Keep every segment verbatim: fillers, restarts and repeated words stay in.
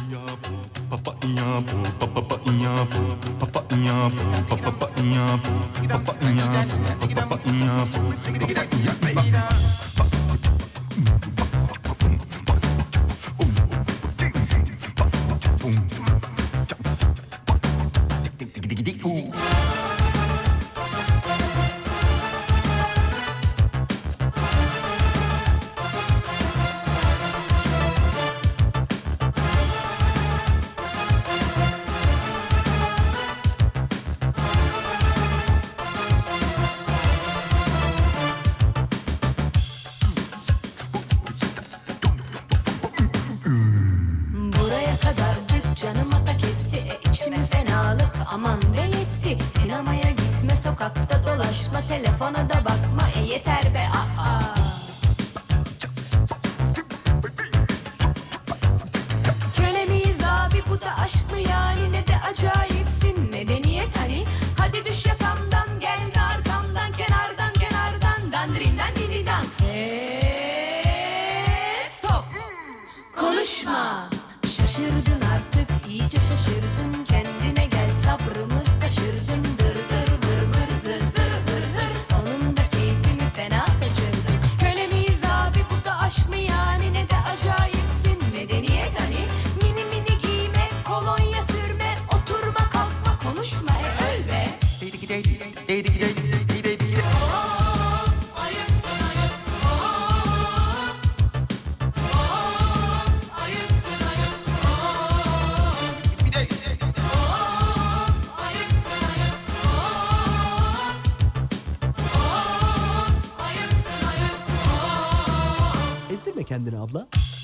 kendini abla.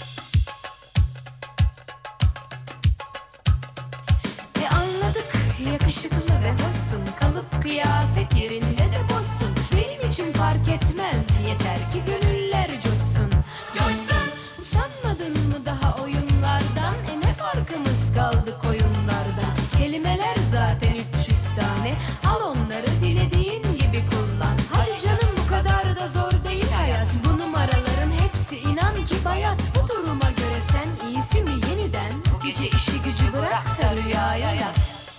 E anladık, yakışıklı ve hoşsun, kalıp kıyafet yerinde de boşsun. Benim için fark etmez, yeter ki gönüller coşsun. Coşsun! Usanmadın mı daha oyunlardan? E ne farkımız kaldı koyunlardan? Kelimeler zaten üç yüz tane, al onları dilediğin gibi kullan. Hadi canım, bu kadar da zor değil hayat. Bu numaraların hepsi inan ki bayat. Bu duruma göre sen iyisi mi yeniden? Bu gece işi gücü bırak da rüyaya yat.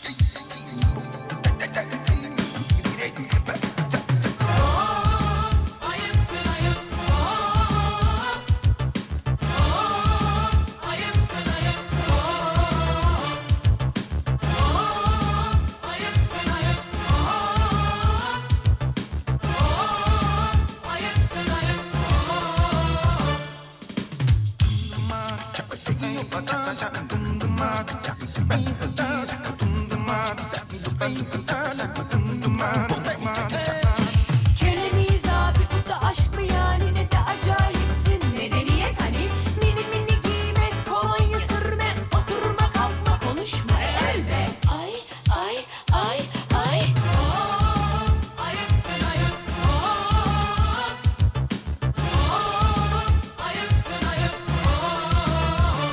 Keremiz abi, bu da aşk mı yani? Ne de acayipsin, medeniyet hani. Mini mini giymek, kolonya sürmek, oturma kalkma konuşma e elbe. Ay ay ay ay. Oh, ayıpsın ayıp. Oh, oh, ayıpsın ayıp. Oh,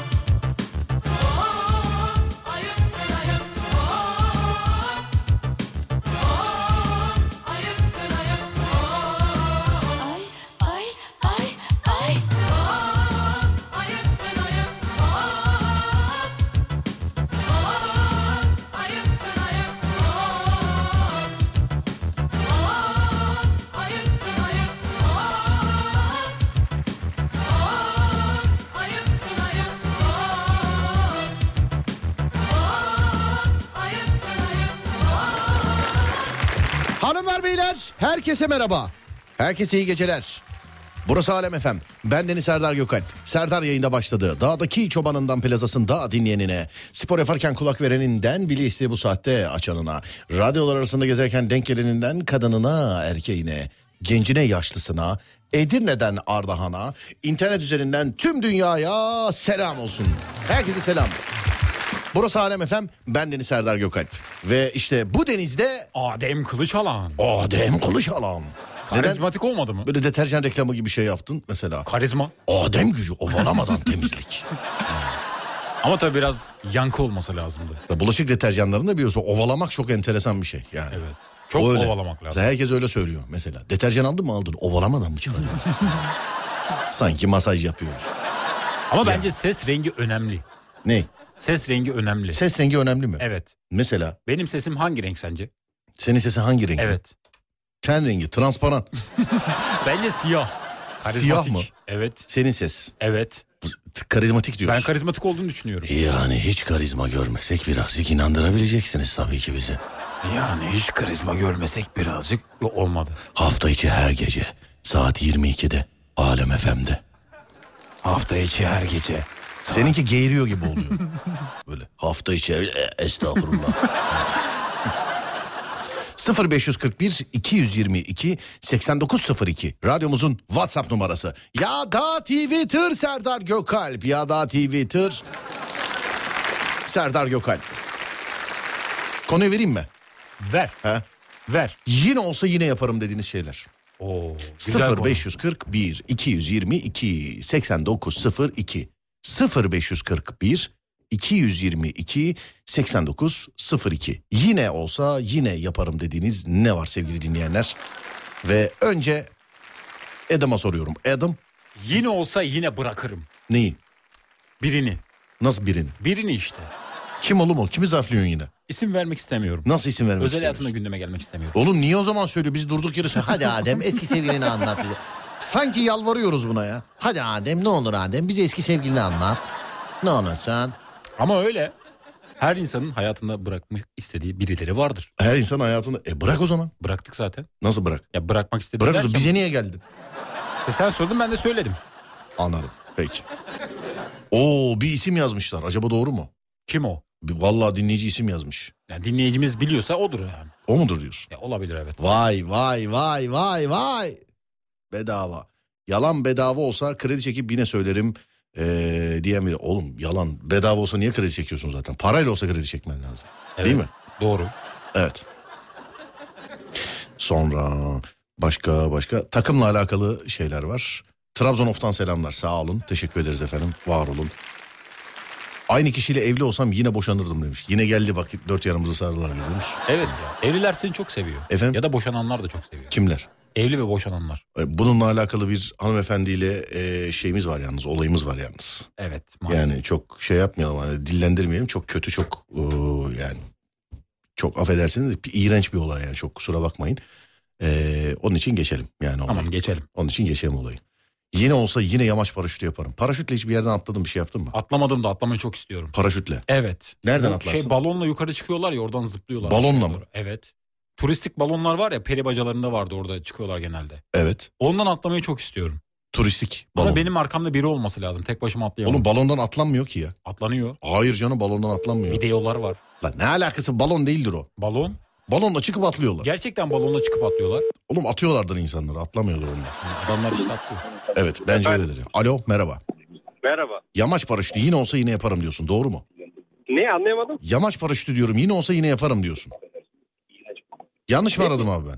oh, ayıpsın ayıp. Hanımlar beyler, herkese merhaba. Herkese iyi geceler. Burası Alem F M. Ben Deniz Serdar Gökalp. Serdar yayında başladı. Dağdaki çobanından plazasında dinleyenine, spor yaparken kulak vereninden, bile isteye bu saatte açanına, radyolar arasında gezerken denk geleninden kadınına, erkeğine, gencine, yaşlısına, Edirne'den Ardahan'a, internet üzerinden tüm dünyaya selam olsun. Herkese selam. Burası Alem F M, ben Deniz Serdar Gökalp. Ve işte bu denizde... Adem Kılıçalan. Adem Kılıçalan. Karizmatik Neden? olmadı mı? Böyle deterjan reklamı gibi şey yaptın mesela. Karizma. Adem gücü, ovalamadan temizlik. Ama tabii biraz yankı olması lazımdı. Ya bulaşık deterjanlarında biliyorsun ovalamak çok enteresan bir şey yani. Evet. Çok öyle. Ovalamak lazım. Herkes öyle söylüyor mesela. Deterjan aldın mı aldın? Ovalamadan mı çıkarıyorsun? Sanki masaj yapıyoruz. Ama ya. Bence ses rengi önemli. Ne? Ses rengi önemli. Ses rengi önemli mi? Evet. Mesela? Benim sesim hangi renk sence? Senin sesin hangi renk? Evet. Ten rengi, transparan. Bence siyah. Siyah mı? Evet. Senin ses. Evet. Karizmatik diyorsun. Ben karizmatik olduğunu düşünüyorum. Yani hiç karizma görmesek birazcık inandırabileceksiniz tabii ki bizi. Yani hiç karizma görmesek birazcık olmadı. Hafta içi her gece saat yirmi ikide Alem F M'de. Hafta içi her gece. Seninki geğiriyor gibi oluyor. Böyle hafta içi e, estağfurullah. sıfır beş kırk bir iki yüz yirmi iki seksen dokuz sıfır iki radyomuzun WhatsApp numarası. Ya da Twitter Serdar Gökalp. Ya da Twitter Serdar Gökalp. Konuyu vereyim mi? Ver. He? Ver. Yine olsa yine yaparım dediğiniz şeyler. Oo, sıfır beş kırk bir iki yüz yirmi iki seksen dokuz sıfır iki sıfır beş kırk bir iki yüz yirmi iki seksen dokuz sıfır iki. Yine olsa yine yaparım dediğiniz ne var sevgili dinleyenler? Ve önce Adam'a soruyorum. Adam. Yine olsa yine bırakırım. Neyi? Birini. Nasıl birini? Birini işte. Kim oğlum o? Kimi zarflıyorsun yine? İsim vermek istemiyorum. Nasıl isim vermek Özel istemiyorsun? hayatımda gündeme gelmek istemiyorum. Oğlum niye o zaman söylüyor? Biz durduk yere söylüyor. Hadi Adem eski sevgilini anlat bize. Sanki yalvarıyoruz buna ya. Hadi Adem ne olur Adem bize eski sevgilini anlat. Ne olursan. Ama öyle. Her insanın hayatında bırakmak istediği birileri vardır. Her insan hayatında. E bırak o zaman. Bıraktık zaten. Nasıl bırak? Ya bırakmak istediği Bırak o zaman. derken- Bize niye geldin? İşte sen sordun ben de söyledim. Anladım. Peki. Oo bir isim yazmışlar. Acaba doğru mu? Kim o? Bir, vallahi dinleyici isim yazmış. Yani dinleyicimiz biliyorsa odur yani. O mudur diyorsun? Ya olabilir evet. Vay vay vay vay vay. Bedava. Yalan bedava olsa kredi çekip yine söylerim ee, diyen biri. Oğlum yalan bedava olsa niye kredi çekiyorsun zaten? Parayla olsa kredi çekmen lazım. Evet, Değil mi? Doğru. Evet. Sonra başka başka takımla alakalı şeyler var. Trabzonof'tan selamlar. Sağ olun. Teşekkür ederiz efendim. Var olun. Aynı kişiyle evli olsam yine boşanırdım demiş. Yine geldi bak dört yanımızı sardılar biliyor musun? Evet ya. Evliler seni çok seviyor. Efendim? Ya da boşananlar da çok seviyor. Kimler? Evli ve boşananlar. E, Bununla alakalı bir hanımefendiyle e, şeyimiz var yalnız. Olayımız var yalnız. Evet. Maalesef. Yani çok şey yapmayalım. Hani dillendirmeyelim. Çok kötü çok e, yani çok affedersiniz de bir iğrenç bir olay yani. Çok kusura bakmayın. E, onun için geçelim yani olayı. Tamam geçelim. Onun için geçelim olayı. Yine olsa yine yamaç paraşütü yaparım. Paraşütle hiçbir yerden atladın bir şey yaptın mı? Atlamadım da atlamayı çok istiyorum. Paraşütle. Evet. Nereden Bu atlarsın? Şey balonla yukarı çıkıyorlar ya oradan zıplıyorlar. Balonla aşağı mı? doğru. Evet. Turistik balonlar var ya peri bacalarında vardı orada çıkıyorlar genelde. Evet. Ondan atlamayı çok istiyorum. Turistik Ama balon. benim arkamda biri olması lazım. Tek başıma atlayamam. Oğlum balondan atlanmıyor ki ya. Atlanıyor. Hayır canım balondan atlanmıyor. Videolar var. Lan ne alakası balon değildir o. Balon. Balonla çıkıp atlıyorlar. Gerçekten balonla çıkıp atlıyorlar. Oğlum atıyorlardır insanları atlamıyorlar onlar. Yani adamlar işte atlıyor. Evet bence öyledir. Alo merhaba. Merhaba. Yamaç paraşütü yine olsa yine yaparım diyorsun doğru mu? Ne anlayamadım? Yamaç paraşütü diyorum yine olsa yine yaparım diyorsun. Yanlış mı aradım abi ben?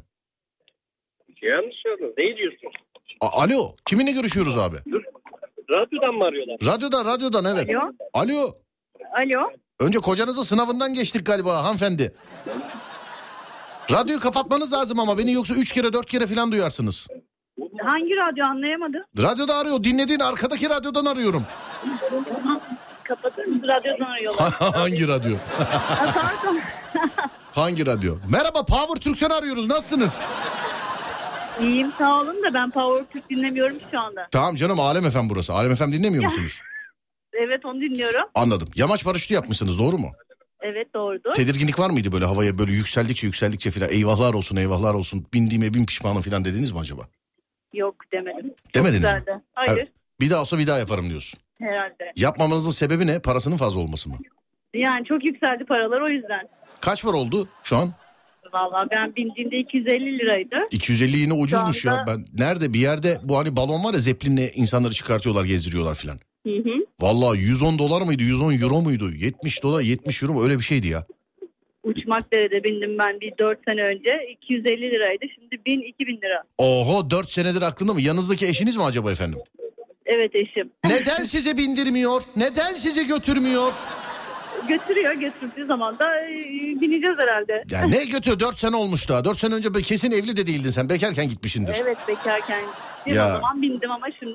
Yanlış söyledin. Ne diyorsun? A- Alo kiminle görüşüyoruz abi? Radyodan mı arıyorlar? Radyodan radyodan evet. Alo. Alo. Alo. Önce kocanızın sınavından geçtik galiba hanımefendi. Radyoyu kapatmanız lazım ama beni yoksa üç kere dört kere falan duyarsınız. Hangi radyo anlayamadım? Radyoda arıyor dinlediğin arkadaki radyodan arıyorum. Kapatır mısın? Radyodan arıyorlar. Hangi radyo? Ha, pardon. Hangi radyo? Merhaba Power Türk'ten arıyoruz nasılsınız? İyiyim sağ olun da ben Power Türk dinlemiyorum şu anda. Tamam canım Alem F M burası. Alem F M dinlemiyor musunuz? Evet onu dinliyorum. Anladım. Yamaç paraşütü yapmışsınız doğru mu? Evet doğrudur. Tedirginlik var mıydı böyle havaya böyle yükseldikçe yükseldikçe filan eyvahlar olsun eyvahlar olsun bindiğime bin pişmanım filan dediniz mi acaba? Yok demedim. Çok Demediniz mi? güzeldi. Hayır Evet. Bir daha olsa bir daha yaparım diyorsun. herhalde. Yapmamanızın sebebi ne? Parasının fazla olması mı? Yani çok yükseldi paralar o yüzden. Kaç para oldu şu an? Vallahi ben bindiğimde iki yüz elli liraydı. iki yüz elli yine ucuzmuş Şu anda- ya. Ben nerede bir yerde bu hani balon var ya zeplinle insanları çıkartıyorlar gezdiriyorlar filan. Hı hı. Vallahi yüz on dolar mıydı yüz on euro muydu? yetmiş dolar yetmiş euro mu öyle bir şeydi ya. Uçmak derede bindim ben bir dört sene önce. iki yüz elli liraydı. Şimdi bin iki bin lira. Oho dört senedir aklında mı? Yanınızdaki eşiniz mi acaba efendim? Evet eşim. Neden size bindirmiyor? Neden sizi götürmüyor? Götürüyor götürdüğü zaman da e, bineceğiz herhalde. Ya ne götür? Dört sene olmuş daha. Dört sene önce be- kesin evli de değildin sen. Bekarken gitmişindir. Evet bekarken bir Ya. o zaman bindim ama şimdi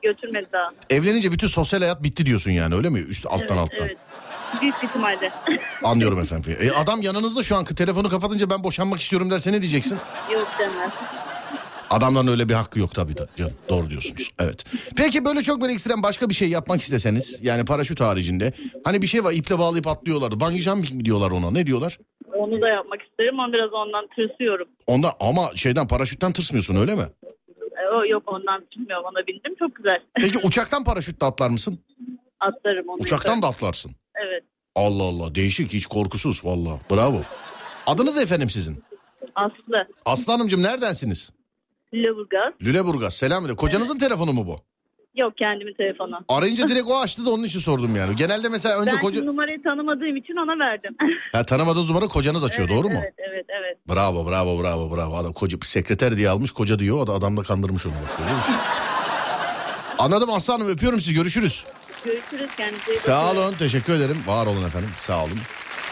götürmedi daha. Evlenince bütün sosyal hayat bitti diyorsun yani, öyle mi? Üst alttan evet, alttan. Evet. Büyük ihtimalle. Anlıyorum efendim. E, adam yanınızda şu an, telefonu kapatınca ben boşanmak istiyorum derse ne diyeceksin? Yok demez. Adamların öyle bir hakkı yok tabii. Canım, doğru diyorsunuz. Evet. Peki böyle çok böyle ekstrem başka bir şey yapmak isteseniz, yani paraşüt haricinde, hani bir şey var, iple bağlayıp atlıyorlardı. Bungee jumping mi diyorlar ona? Ne diyorlar? Onu da yapmak isterim ama biraz ondan tırsıyorum. Onda ama şeyden, paraşütten tırsmıyorsun öyle mi? E, o yok, ondan bilmiyorum, ona bindim, çok güzel. Peki uçaktan paraşütle atlar mısın? Atlarım onu. Uçaktan da atlarsın. Evet. Allah Allah, değişik, hiç korkusuz valla. Bravo. Adınız efendim sizin? Aslı. Aslı Hanımcığım, neredensiniz? Lüleburgaz. Lüleburgaz. Selam. Kocanızın evet. telefonu mu bu? Yok, kendimin telefonu. Arayınca direkt o açtı da onun için sordum yani. Genelde mesela önce ben koca... Ben numarayı tanımadığım için ona verdim. Ha, tanımadığınız numara kocanız açıyor, evet, doğru mu? Evet evet evet. Bravo bravo bravo bravo. Adam koca sekreter diye almış, koca diyor. O da adam da kandırmış onu. Bak, görüyor musun? Anladım Aslı Hanım, öpüyorum sizi, görüşürüz. Görüşürüz, kendinize iyi bakın. Sağ olun, teşekkür ederim. Var olun efendim, sağ olun.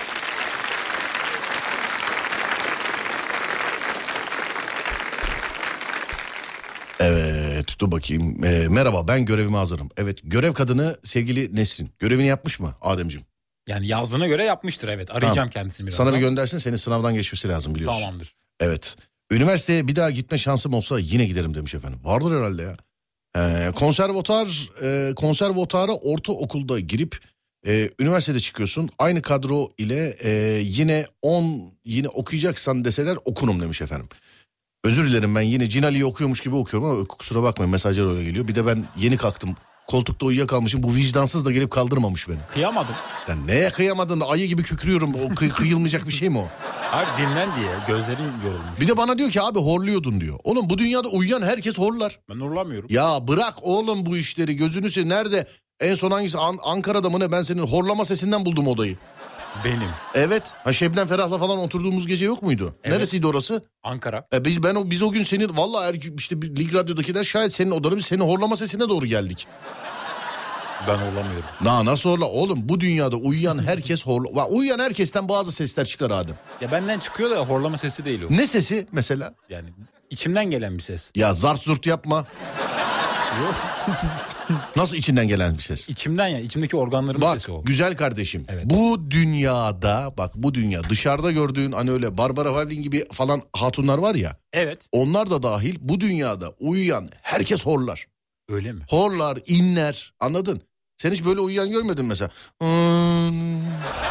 Evet, dur bakayım. Ee, merhaba, ben görevime hazırım. Evet, görev kadını sevgili Nesrin. Görevini yapmış mı Ademciğim? Yani yazdığına göre yapmıştır, evet. Arayacağım tamam. kendisini birazdan. Sana bir göndersin, senin sınavdan geçmesi lazım biliyorsun. Tamamdır. Evet. Üniversiteye bir daha gitme şansım olsa yine giderim demiş efendim. Vardır herhalde ya. Ee, konservatuar, e, konservatuara ortaokulda girip e, üniversitede çıkıyorsun. Aynı kadro ile e, yine on yine okuyacaksan deseler okurum demiş efendim. Özür dilerim, ben yine Cinali'yi okuyormuş gibi okuyorum ama kusura bakmayın, mesajlar öyle geliyor. Bir de ben yeni kalktım, koltukta uyuyakalmışım, bu vicdansız da gelip kaldırmamış beni. Kıyamadım. Ya neye kıyamadın, ayı gibi kükrüyorum, o kıy- kıyılmayacak bir şey mi o? Abi dinlen diye, gözlerin yorulmuş. Bir de bana diyor ki abi horluyordun diyor. Oğlum bu dünyada uyuyan herkes horlar. Ben horlamıyorum. Ya bırak oğlum bu işleri, gözünü seveyim. Nerede en son hangisi, An- Ankara'da mı ne, ben senin horlama sesinden buldum odayı. Benim. Evet. Ha, Şebnem Ferah'la falan oturduğumuz gece yok muydu? Evet. Neresiydi orası? Ankara. E biz ben o biz o gün senin vallahi er, işte Lig Radyo'dakiler şayet senin odana, biz senin horlama sesine doğru geldik. Ben horlamıyorum. Na nasıl horla? Oğlum bu dünyada uyuyan herkes horla. Uyuyan herkesten bazı sesler çıkar Adem. Ya benden çıkıyor da horlama sesi değil o. Ne sesi mesela? Yani içimden gelen bir ses. Ya zart zurt yapma. Yok. Nasıl içinden gelen bir ses? İçimden ya, içimdeki organlarımın bak, sesi o. Bak güzel kardeşim. Evet. Bu dünyada, bak bu dünya, dışarıda gördüğün hani öyle Barbara Walding gibi falan hatunlar var ya. Evet. Onlar da dahil bu dünyada uyuyan herkes horlar. Öyle mi? Horlar, inler, anladın? Sen hiç böyle uyuyan görmedin mesela. Hmm.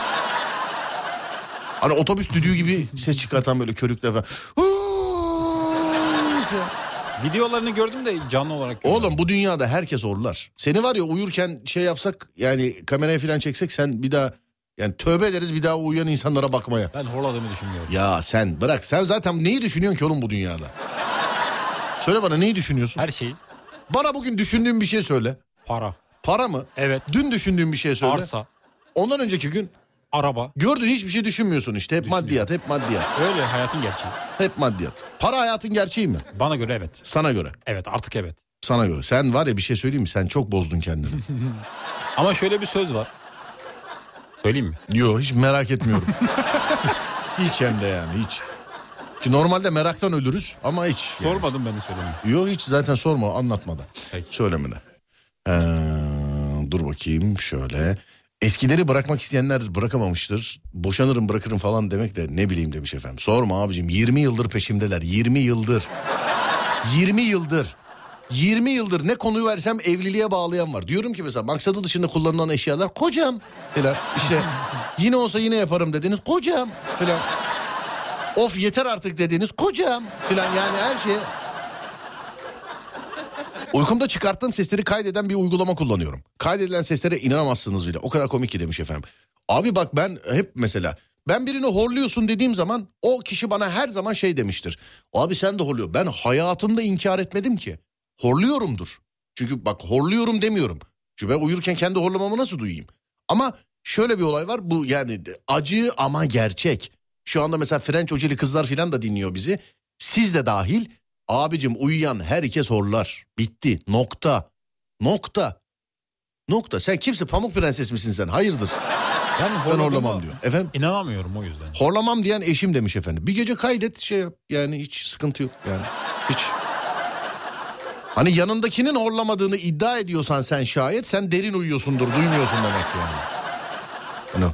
Hani otobüs düdüğü gibi ses çıkartan böyle körükle falan. Videolarını gördüm de canlı olarak gördüm. Oğlum bu dünyada herkes horlar. Seni var ya uyurken şey yapsak, yani kameraya falan çeksek, sen bir daha, yani tövbe ederiz bir daha uyuyan insanlara bakmaya. Ben horladığımı düşünmüyorum. Ya sen bırak, sen zaten neyi düşünüyorsun ki oğlum bu dünyada? Söyle bana, neyi düşünüyorsun? Her şeyi. Bana bugün düşündüğün bir şey söyle. Para. Para mı? Evet. Dün düşündüğün bir şey söyle. Arsa. Ondan önceki gün? Araba. Gördün, hiçbir şey düşünmüyorsun işte. Hep maddiyat, hep maddiyat. Öyle hayatın gerçeği. Hep maddiyat. Para hayatın gerçeği mi? Bana göre evet. Sana göre? Evet, artık evet. Sana göre. Sen var ya, bir şey söyleyeyim mi? Sen çok bozdun kendini. Ama şöyle bir söz var. Söyleyeyim mi? Yok, hiç merak etmiyorum. Hiç hem de yani hiç. Ki normalde meraktan ölürüz ama hiç. Sormadım yani. Beni söyleme. Yok hiç, zaten sorma, anlatmadan. Peki. Söylemede. Ee, dur bakayım şöyle. Eskileri bırakmak isteyenler bırakamamıştır. Boşanırım bırakırım falan demek de ne bileyim demiş efendim. Sorma abicim, yirmi yıldır peşimdeler. yirmi yıldır. yirmi yıldır. yirmi yıldır ne konuyu versem evliliğe bağlayan var. Diyorum ki mesela maksadı dışında kullanılan eşyalar, kocam falan. İşte yine olsa yine yaparım dediniz, kocam falan. Of yeter artık dediğiniz, kocam falan, yani her şey. Uykumda çıkarttığım sesleri kaydeden bir uygulama kullanıyorum. Kaydedilen seslere inanamazsınız bile. O kadar komik ki demiş efendim. Abi bak, ben hep mesela, ben birini horluyorsun dediğim zaman o kişi bana her zaman şey demiştir. Abi sen de horluyor. Ben hayatımda inkar etmedim ki. Horluyorumdur. Çünkü bak, horluyorum demiyorum. Çünkü ben uyurken kendi horlamamı nasıl duyayım? Ama şöyle bir olay var. Bu yani acı ama gerçek. Şu anda mesela French Hoca'lı kızlar falan da dinliyor bizi. Siz de dahil. Abicim uyuyan herkes horlar. Bitti. Nokta. Nokta. Nokta. Sen kimsin? Pamuk Prenses misin sen? Hayırdır? Ben, ben horlamam diyor. Efendim? İnanamıyorum o yüzden. Horlamam diyen eşim demiş efendim. Bir gece kaydet şey yap. Yani hiç sıkıntı yok yani. Hiç. Hani yanındakinin horlamadığını iddia ediyorsan sen şayet sen derin uyuyorsundur, duymuyorsun demek yani. Hani...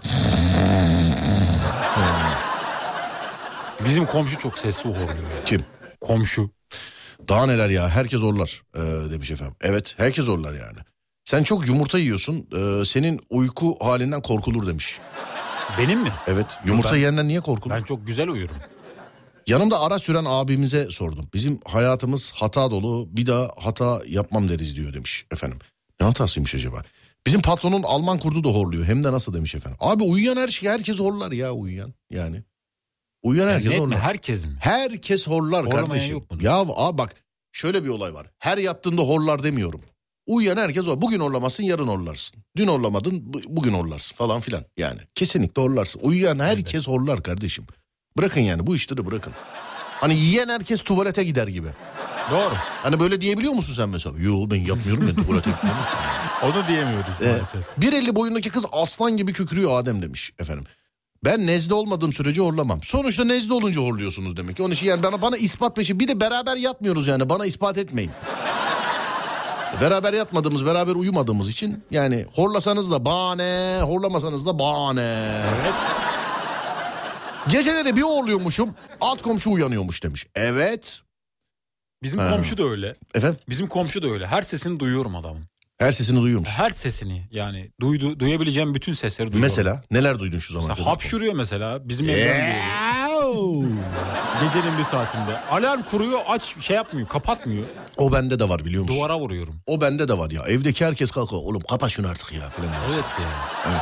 Bizim komşu çok sesli horluyor. Kim? Komşu. Daha neler ya, herkes horlar ee, demiş efendim. Evet, herkes horlar yani. Sen çok yumurta yiyorsun, ee, senin uyku halinden korkulur demiş. Benim mi? Evet, yumurta ben, yiyenden niye korkulur? Ben çok güzel uyurum. Yanımda araç süren abimize sordum. Bizim hayatımız hata dolu, bir daha hata yapmam deriz diyor demiş efendim. Ne hatasıymış acaba? Bizim patronun Alman kurdu da horluyor, hem de nasıl demiş efendim. Abi uyuyan her şey, herkes horlar ya uyuyan yani. Uyuyan herkes yani horlar. Mi? Herkes mi? Herkes horlar Horlamayan kardeşim. yok mu? Ya abi bak şöyle bir olay var. Her yattığında horlar demiyorum. Uyuyan herkes horlar. Bugün horlamasın, yarın horlarsın. Dün horlamadın, bugün horlarsın falan filan. Yani kesinlikle horlarsın. Uyuyan herkes evet. horlar kardeşim. Bırakın yani bu işleri bırakın. Hani yiyen herkes tuvalete gider gibi. Doğru. Hani böyle diyebiliyor musun sen mesela? Yo ben yapmıyorum ya tuvalete gitmiyorum. Onu diyemiyoruz maalesef. Ee, bir elli boyundaki kız aslan gibi kükrüyor Adem demiş efendim. Ben nezle olmadığım sürece horlamam. Sonuçta nezle olunca horluyorsunuz demek ki. Onun için yani bana, bana ispat peşi. Bir de beraber yatmıyoruz yani. Bana ispat etmeyin. Beraber yatmadığımız, beraber uyumadığımız için yani horlasanız da bahane, horlamasanız da bahane. Evet. Geceleri bir horluyormuşum, alt komşu uyanıyormuş demiş. Evet. Bizim ha. komşu da öyle. Efendim? Bizim komşu da öyle. Her sesini duyuyorum adamın. Her sesini duyuyor musun? Her sesini yani duydu, duyabileceğim bütün sesleri duyuyorum. Mesela neler duydun şu zamana kadar? Hapşuruyor mesela bizim evden duyuyor. Gecenin bir saatinde. Alarm kuruyor, aç şey yapmıyor, kapatmıyor. O bende de var biliyor musun? Duvara vuruyorum. O bende de var ya. Evdeki herkes kalkıyor. Oğlum kapat şunu artık ya falan. Evet ya. Evet.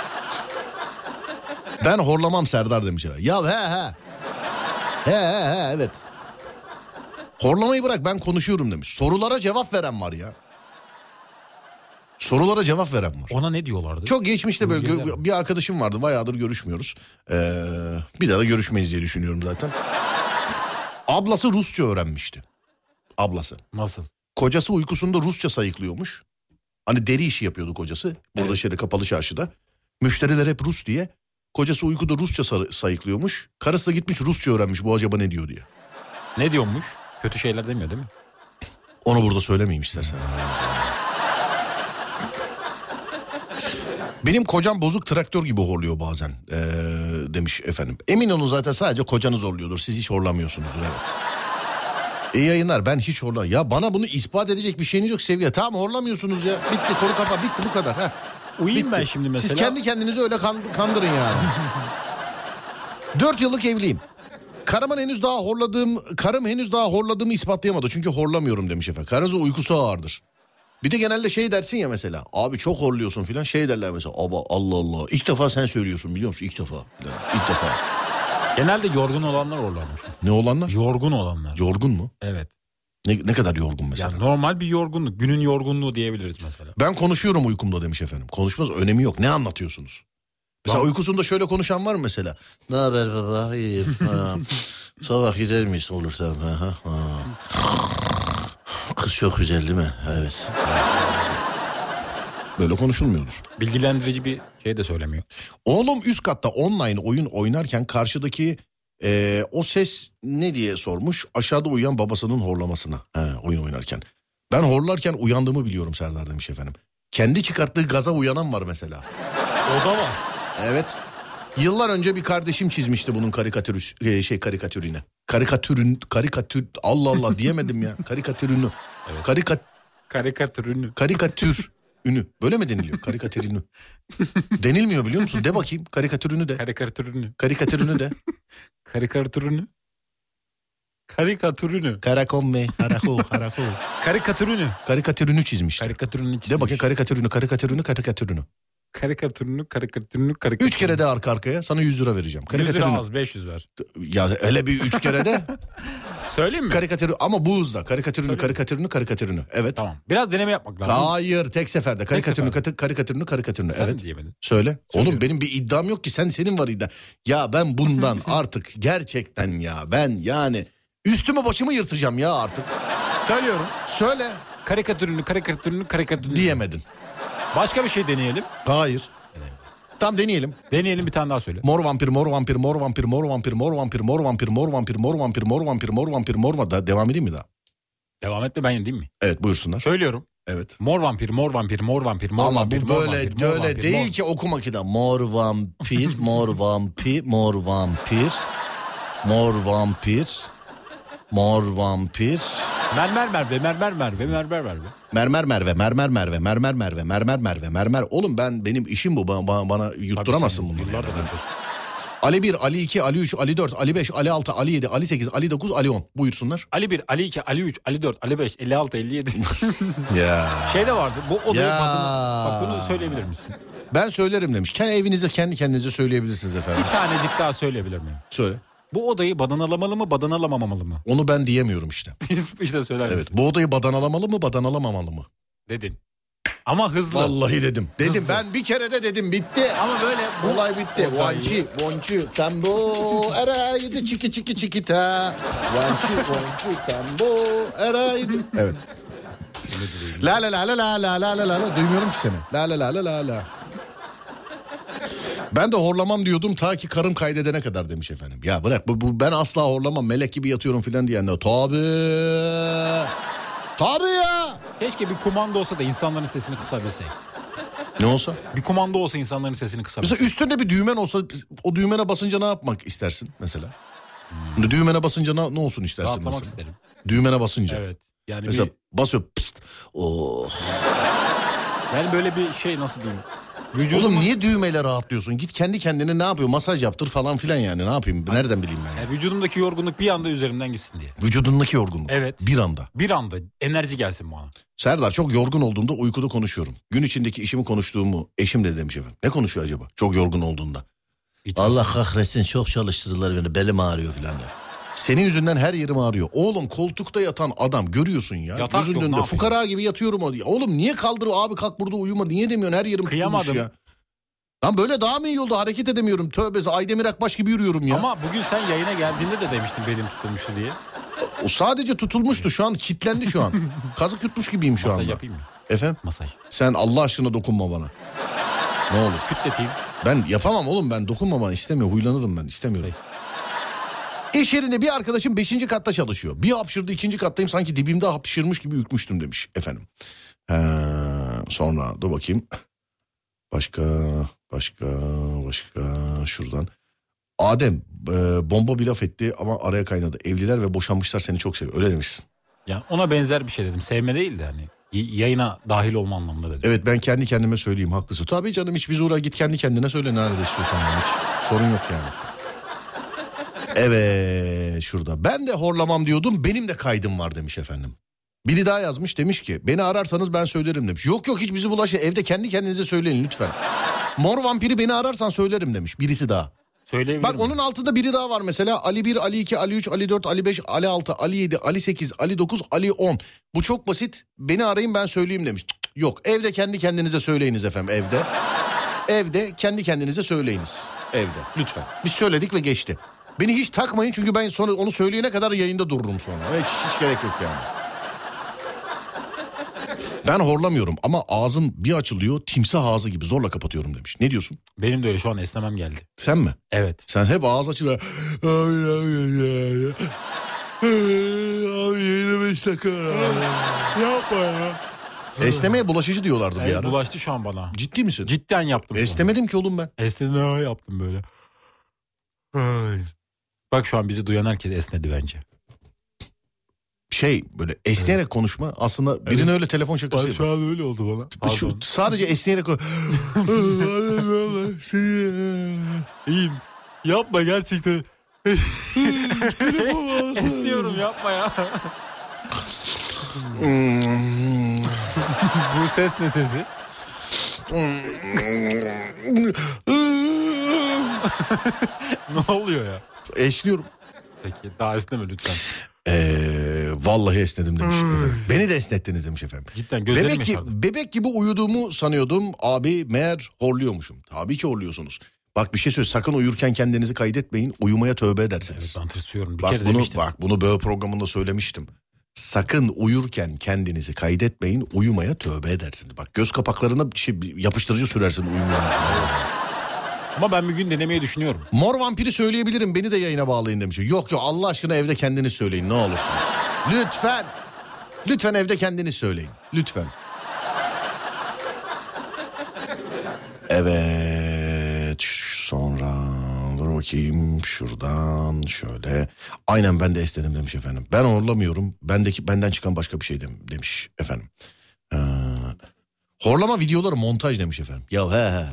Ben horlamam Serdar demiş. Ya he he. He he he evet. Horlamayı bırak ben konuşuyorum demiş. Sorulara cevap veren var ya. Sorulara cevap veren var. Ona ne diyorlardı? Çok geçmişte böyle gö- bir arkadaşım vardı. Bayağıdır görüşmüyoruz. Ee, bir daha da görüşmeyiz diye düşünüyorum zaten. Ablası Rusça öğrenmişti. Ablası. Nasıl? Kocası uykusunda Rusça sayıklıyormuş. Hani deri işi yapıyordu kocası. Burada evet. şeyde kapalı çarşıda. Müşteriler hep Rus diye. Kocası uykuda Rusça sayıklıyormuş. Karısı da gitmiş Rusça öğrenmiş. Bu acaba ne diyor diye. Ne diyormuş? Kötü şeyler demiyor değil mi? Onu burada söylemeyeyim istersen. Benim kocam bozuk traktör gibi horluyor bazen ee, demiş efendim. Emin olun zaten sadece kocanız horluyordur. Siz hiç horlamıyorsunuzdur evet. İyi yayınlar, ben hiç horlamıyorum. Ya bana bunu ispat edecek bir şeyiniz yok sevgili. Tamam horlamıyorsunuz ya. Bitti konu kapat bitti bu kadar. Heh. Uyuyayım bitti. ben şimdi mesela. Siz kendi kendinizi öyle kandırın yani. Dört yıllık evliyim. Karımın henüz daha horladığım, karım henüz daha horladığımı ispatlayamadı. Çünkü horlamıyorum demiş efendim. Karınızın uykusu ağırdır. Bir de genelde şey dersin ya mesela. Abi çok horluyorsun filan, şey derler mesela. Aba Allah Allah. İlk defa sen söylüyorsun biliyor musun? İlk defa. İlk defa. Genelde yorgun olanlar horlarmış. Ne olanlar? Yorgun olanlar. Yorgun mu? Evet. Ne, ne kadar yorgun mesela? Yani normal bir yorgunluk. Günün yorgunluğu diyebiliriz mesela. Ben konuşuyorum uykumda demiş efendim. Konuşmaz önemi yok. Ne anlatıyorsunuz? Mesela ben... uykusunda şöyle konuşan var mı mesela? Ne haber baba? İyiyim. Sabah gider miyiz olursa? Ha, ha. Kız çok güzel değil mi? Evet. Böyle konuşulmuyordur. Bilgilendirici bir şey de söylemiyor. Oğlum üst katta online oyun oynarken karşıdaki e, o ses ne diye sormuş. Aşağıda uyuyan babasının horlamasına. He, oyun oynarken. Ben horlarken uyandığımı biliyorum Serdar demiş efendim. Kendi çıkarttığı gaza uyanan var mesela. O da var. Evet. Yıllar önce bir kardeşim çizmişti bunun karikatürü şey karikatürüne. Karikatürün karikatür Allah Allah diyemedim ya. Karikatürünü. Evet. Karikat karikatürünü. Karikatür ünü. Böyle mi deniliyor? Karikatürünü. Denilmiyor biliyor musun? De bakayım karikatürünü de. Karikatürünü. Karikatürünü de. Karikatürünü. Karikatürünü. Karakomme, harako, harako. Karikatürünü. Karikatürünü çizmişti. Karikatürünü çizmiş. De bakayım karikatürünü, karikatürünü, karikatürünü. Karikatürünü, karikatürünü, karikatürünü. Üç kere de arka arkaya sana yüz lira vereceğim. yüz lira az, beş yüz ver. Ya hele bir üç kere de. Söyleyeyim mi? Karikatürü ama bu hızla. Karikatürünü, Söyleyeyim. karikatürünü, karikatürünü. Evet. Tamam. Biraz deneme yapmak lazım. Hayır, tek seferde. Karikatürünü, tek sefer. karikatürünü, karikatürünü. Sen evet. diyemedin. Söyle. Söylüyorum. Oğlum benim bir iddiam yok ki. Sen senin var iddia. Ya ben bundan artık gerçekten ya ben yani üstümü başımı yırtacağım ya artık. Söylüyorum. Söyle. Karikatürünü, karikatürünü, karikatürünü. Diyemedin. Başka bir şey deneyelim. Hayır. Tam deneyelim. Deneyelim bir tane daha söyle. Mor vampir, mor vampir, mor vampir, mor vampir, mor vampir, mor vampir, mor vampir, mor vampir, mor vampir, mor vampir, mor vampir, mor vampir. Devam edeyim mi daha? Devam etme, ben yedeyim mi? Evet, buyursunlar. Söylüyorum. Evet. Mor vampir, mor vampir, mor vampir, mor Ama vampir, bu mor böyle vampir, mor böyle vampir, değil mor... ki okuma ki de. Mor vampir, mor vampir, mor vampir, mor vampir, mor vampir. Mermer Merve, mermer Merve, mermer Merve. Mermer Merve, mermer Merve, mermer Merve, mermer Merve, mermer. Oğlum ben benim işim bu. Bana, bana, bana yutturamazsın Tabii bunu. sen yıllardır Yani. yapıyorsun. Ali bir, Ali iki, Ali üç, Ali dört, Ali beş, Ali altı, Ali yedi, Ali sekiz, Ali dokuz, Ali on. Buyursunlar. Ali bir, Ali iki, Ali üç, Ali dört, Ali beş, elli altı, elli yedi. Ya. Şey de vardı. Bu odayı Ya. badana... Bak bunu söyleyebilir misin? Ben söylerim demiş. Kendi evinize kendi kendinize söyleyebilirsiniz efendim. Bir tanecik daha söyleyebilir miyim? Söyle. Bu odayı badanalamalı mı, badanalamamalı mı? Onu ben diyemiyorum işte. işte söyler Evet. misin? Bu odayı badanalamalı mı, badanalamalı mı? Dedin. Ama hızlı. Vallahi dedim. Dedim Hızlı. ben bir kere de dedim, bitti. Ama böyle bu... Olay bitti. Olay- Vançı, bonçu, tembo, eraydı çiki çiki çiki ta. Vançı, bonçu, tembo, eraydı. Evet. La la la la la la la la la. Duymuyorum ki seni. La la la la la la. Ben de horlamam diyordum ta ki karım kaydedene kadar demiş efendim. Ya bırak bu, bu ben asla horlamam, melek gibi yatıyorum filan diyenler. Tabii. Tabii ya. Keşke bir kumanda olsa da insanların sesini kısabilsek. Ne olsa? Bir kumanda olsa insanların sesini kısabilsek. Mesela üstünde bir düğmen olsa, o düğmene basınca ne yapmak istersin mesela? Hmm. Düğmene basınca ne, ne olsun istersin Rahatlamak mesela? isterim. Düğmene basınca. Evet. Yani Mesela bir, basıyor pıst. Oh. yani böyle bir şey, nasıl diyeyim? Oğlum Vücudumun, niye düğmeyle rahatlıyorsun? Git kendi kendine ne yapıyor? Masaj yaptır falan filan yani. Ne yapayım? Nereden bileyim ben? yani vücudumdaki yorgunluk bir anda üzerimden gitsin diye. Vücudundaki yorgunluk. Evet. Bir anda. Bir anda enerji gelsin bana. Serdar, çok yorgun olduğumda uykuda konuşuyorum. Gün içindeki işimi konuştuğumu eşim de demiş efendim. Ne konuşuyor acaba? Çok yorgun olduğunda. Hiç- Allah kahretsin, çok çalıştırdılar beni. Belim ağrıyor filan ya. Senin yüzünden her yerim ağrıyor. Oğlum koltukta yatan adam görüyorsun ya. Yatak Gözünün yok, ne önünde yapayım? fukara gibi yatıyorum. Oğlum niye kaldırıyor abi, kalk burada uyuma. Niye demiyorsun, her yerim Kıyamadım. tutulmuş ya. Lan böyle daha mı iyi oldu, hareket edemiyorum. Tövbesi, Aydemir Akbaş gibi yürüyorum ya. Ama bugün sen yayına geldiğinde de demiştin belim tutulmuştu diye. O sadece tutulmuştu, şu an kilitlendi şu an. Kazık yutmuş gibiyim şu Masaj anda. yapayım mı? Efendim? Masaj. Sen Allah aşkına dokunma bana. Ne olur. Kütleteyim. Ben yapamam oğlum, ben dokunma bana, istemiyorum, huylanırım ben, istemiyorum. İş yerinde bir arkadaşım beşinci katta çalışıyor. Bir hapşırdı, ikinci kattayım, sanki dibimde hapşırmış gibi ürkmüştüm demiş efendim. He, sonra dur bakayım. Başka, başka, başka şuradan. Adem e, bomba bir laf etti ama araya kaynadı. Evliler ve boşanmışlar seni çok seviyor, öyle demişsin. Ya ona benzer bir şey dedim. Sevme değil de hani y- yayına dahil olma anlamında dedim. Evet, ben kendi kendime söyleyeyim, haklısın. Tabii canım, hiç biz uğra, git kendi kendine söyle nerede istiyorsan yani. Hiç sorun yok yani. Evet, şurada. Ben de horlamam diyordum, benim de kaydım var demiş efendim. Biri daha yazmış, demiş ki beni ararsanız ben söylerim demiş. Yok yok, hiç bizi bulaşın, evde kendi kendinize söyleyin lütfen. Mor vampiri beni ararsan söylerim demiş birisi daha. Söyleyebilir Bak miyim? onun altında biri daha var mesela. Ali bir, Ali iki, Ali üç, Ali dört, Ali beş, Ali altı, Ali yedi, Ali sekiz, Ali dokuz, Ali on. Bu çok basit. Beni arayın ben söyleyeyim demiş. Cık, yok, evde kendi kendinize söyleyiniz efendim, evde. Evde kendi kendinize söyleyiniz. Evde lütfen. Biz söyledik ve geçti. Beni hiç takmayın çünkü ben sonra onu söyleyene kadar yayında dururum sonra. Hiç, hiç gerek yok yani. Ben horlamıyorum ama ağzım bir açılıyor, timsah ağzı gibi zorla kapatıyorum demiş. Ne diyorsun? Benim de öyle, şu an esnemem geldi. Sen mi? Evet. Sen hep ağız açıp abi yine beş dakika Yapma ya. esnemeye bulaşıcı diyorlardı bir Evet, ara. bulaştı şu an bana. Ciddi misin? Cidden yaptım. Esnemedim ki oğlum ben. Esnedim, yaptım böyle. Ay. Bak şu an bizi duyan herkes esnedi bence. Şey, böyle esneyerek konuşma aslında birine öyle telefon şakası yapıyor. an öyle oldu bana. Şu, sadece esneyerek İyiyim. Yapma gerçekten. İstiyorum, yapma ya. Bu ses ne sesi? Ne oluyor ya? esniyorum. Peki daha esneme lütfen. Ee, vallahi esnedim demiş efendim. Beni de esnettiniz demiş efendim. Cidden gözlerim Bebek, yaşardı. gibi, bebek gibi uyuduğumu sanıyordum. Abi meğer horluyormuşum. Tabii ki horluyorsunuz. Bak bir şey söyle, sakın uyurken kendinizi kaydetmeyin. Uyumaya tövbe edersiniz. Evet, ben tırsıyorum. Bir bak kere bunu demiştim. bak bunu böyle programında söylemiştim. Sakın uyurken kendinizi kaydetmeyin. Uyumaya tövbe edersiniz. Bak göz kapaklarına bir şey yapıştırıcı sürersin uyumayan. Ama ben bir gün denemeyi düşünüyorum. Mor vampiri söyleyebilirim, beni de yayına bağlayın demiş. Yok yok, Allah aşkına evde kendiniz söyleyin ne olursunuz. Lütfen. Lütfen evde kendiniz söyleyin. Lütfen. Evet. Sonra dur bakayım şuradan şöyle. Aynen ben de istedim demiş efendim. Ben horlamıyorum. Bendeki benden çıkan başka bir şey demiş efendim. Ee, horlama videoları montaj demiş efendim. Ya he he.